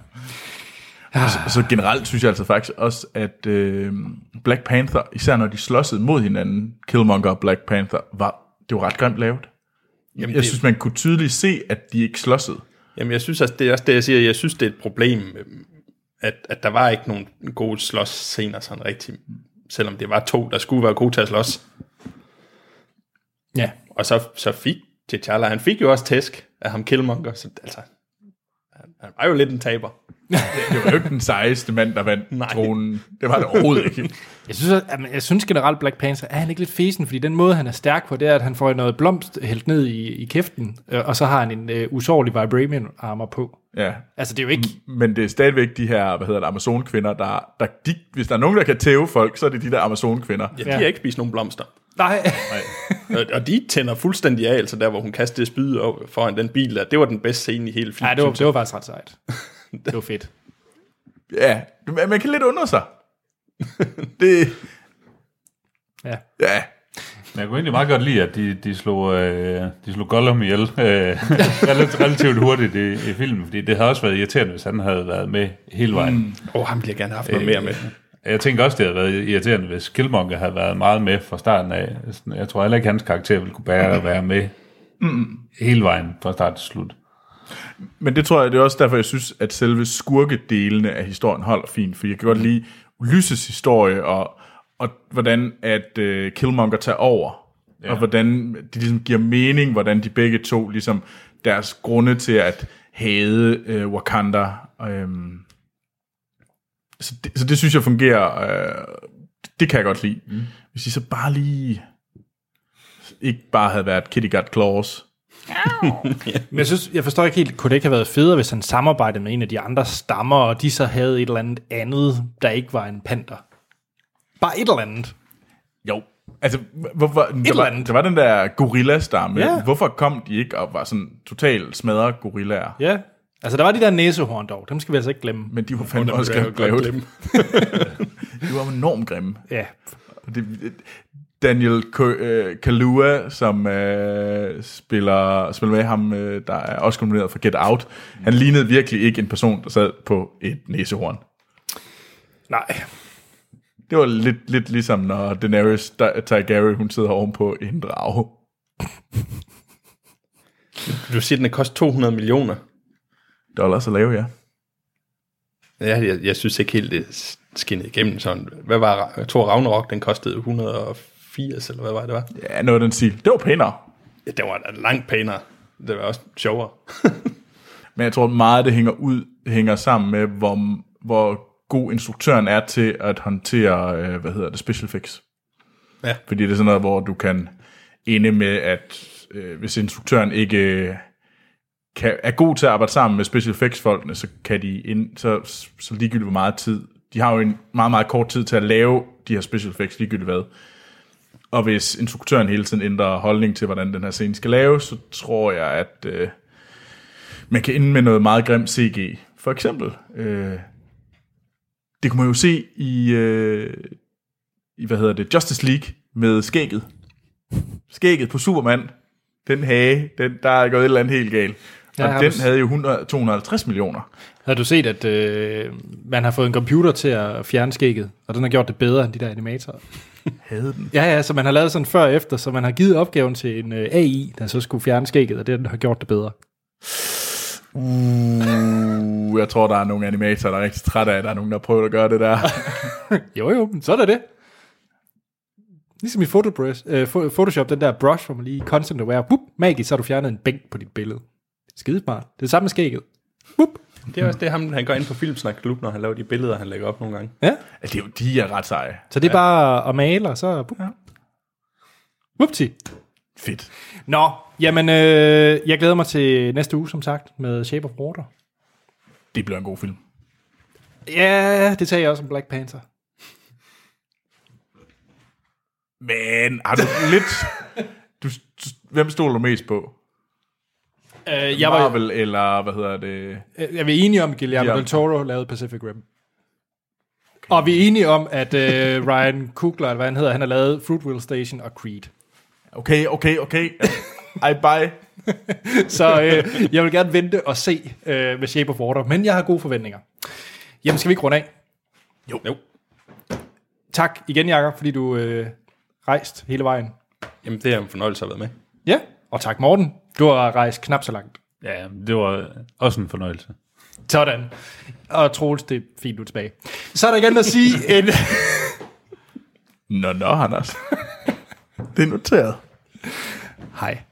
Så generelt synes jeg altså faktisk også, at Black Panther, især når de slåssede mod hinanden, Killmonger og Black Panther, det var ret grimt lavet. Jamen, jeg synes, man kunne tydeligt se, at de ikke slåssede. Jamen, jeg synes også, det er også det, jeg siger. Jeg synes, det er et problem, at der var ikke nogen gode slåsscener sådan rigtig. selvom det var 2, der skulle være gode til at slås. Ja. Og så fik T'Challa, han fik jo også tæsk af ham Killmonger, så altså, han var jo lidt en taber. Det var jo ikke den sejeste mand, der vandt tronen. Det var det overhovedet ikke. Jeg synes generelt, Black Panther er han ikke lidt fesen, fordi den måde, han er stærk på, det er, at han får noget blomst hældt ned i kæften, og så har han en usårlig vibranium armor på. Ja. Altså, det er jo ikke... Men det er stadigvæk de her, Amazon-kvinder, hvis der er nogen, der kan tæve folk, så er det de der Amazon-kvinder. Ja, de har ikke spist nogen blomster. Nej. Og de tænder fuldstændig af, altså der, hvor hun kastede spyd foran den bil der. Det var den bedste scene i hele filmen. Ja, det var faktisk ret sejt. Det var fedt. Ja, man kan lidt undre sig. Det... Ja. Ja. Men jeg kunne egentlig meget godt lide, at de slog Gollum ihjel relativt hurtigt i filmen, fordi det havde også været irriterende, hvis han havde været med hele vejen. Han ville gerne have haft noget mere med. Jeg tænker også, det havde været irriterende, hvis Killmonger havde været meget med fra starten af. Jeg tror heller ikke, hans karakter ville kunne bære at være med hele vejen fra start til slut. Men det tror jeg, det er også derfor, jeg synes, at selve skurkedelene af historien holder fint, for jeg kan godt lide Ulysses historie, og hvordan at Killmonger tager over, og hvordan det ligesom giver mening, hvordan de begge to, ligesom deres grunde til at hade Wakanda, så det synes jeg fungerer, det kan jeg godt lide. Hvis de så bare lige ikke bare havde været Kitty Got Claws. Men jeg forstår ikke helt, kunne det ikke have været federe, hvis han samarbejdede med en af de andre stammer, og de så havde et eller andet, der ikke var en panter? Bare et eller andet. Jo. Altså, der var den der gorilla-stamme. Ja. Hvorfor kom de ikke og var sådan totalt smadrede gorillaer? Ja. Altså, der var de der næsehorn dog. Dem skal vi altså ikke glemme. Men de var fandme også grimme. De var enormt grimme. Ja. Daniel Kaluuya, som spiller med ham, der er også nomineret for Get Out. Han lignede virkelig ikke en person, der sad på et næsehorn. Nej. Det var lidt ligesom, når Daenerys Targaryen, hun sidder ovenpå en drage. Du siger, den koster 200 millioner dollars at lave, ja. Ja, jeg synes ikke helt, det skinnede igennem sådan. Hvad var, jeg tror Ragnarok, den kostede 180, eller hvad var det? Ja, noget den siger. Det var pænere. Ja, det var langt pænere. Det var også sjovere. Men jeg tror meget, det hænger sammen med, hvor god instruktøren er til at håndtere, special effects. Ja. Fordi det er sådan noget, hvor du kan ende med, at hvis instruktøren ikke er god til at arbejde sammen med special effects-folkene, så kan de så ligegyldigt hvor meget tid. De har jo en meget, meget kort tid til at lave de her special effects, ligegyldigt hvad. Og hvis instruktøren hele tiden ændrer holdning til, hvordan den her scene skal laves, så tror jeg, at man kan ende med noget meget grimt CG. For eksempel, det kunne man jo se i Justice League med skægget. Skægget på Superman, den hage, der er gået et eller andet helt galt. Og den havde jo 250 millioner. Har du set, at man har fået en computer til at fjerne skægget, og den har gjort det bedre end de der animatorer? Havde den? Ja, så man har lavet sådan før og efter, så man har givet opgaven til en AI, der så skulle fjerne skægget, og den har gjort det bedre. Jeg tror, der er nogle animatorer, der er rigtig trætte af, at der er nogen, der prøver at gøre det der. jo, men så er det. Ligesom i Photoshop, den der brush, hvor man lige constant aware, magisk, så har du fjernet en bænk på dit billede. Skidesmart. Det er det samme med skægget. Det er også det, han går ind på Filmsnak Klub, når han laver de billeder, han lægger op nogle gange. Ja. De er ret seje. Så det er bare at male, og så... Whoopty. Fedt. Nå, jamen, jeg glæder mig til næste uge, som sagt, med Shape of Water. Det bliver en god film. Ja, det tager jeg også om Black Panther. Men har du lidt... Hvem stoler du mest på? Marvel, eller hvad hedder det? Jeg er enige om, at Guillermo del Toro lavede Pacific Rim. Okay. Og vi er enige om, at Ryan Coogler, eller hvad han hedder, han har lavet Fruitvale Station og Creed. Okay. I buy. Så jeg vil gerne vente og se med Shape of Water, men jeg har gode forventninger. Jamen, skal vi ikke runde af? Jo. Tak igen, Jakob, fordi du rejste hele vejen. Jamen, det er en fornøjelse at være med. Ja, og tak Morten. Du har rejst knap så langt. Ja, det var også en fornøjelse. Sådan. Og Troels, det er fint, du er tilbage. Så er der igen at sige en... Nå, Anders. Det er noteret. Hej.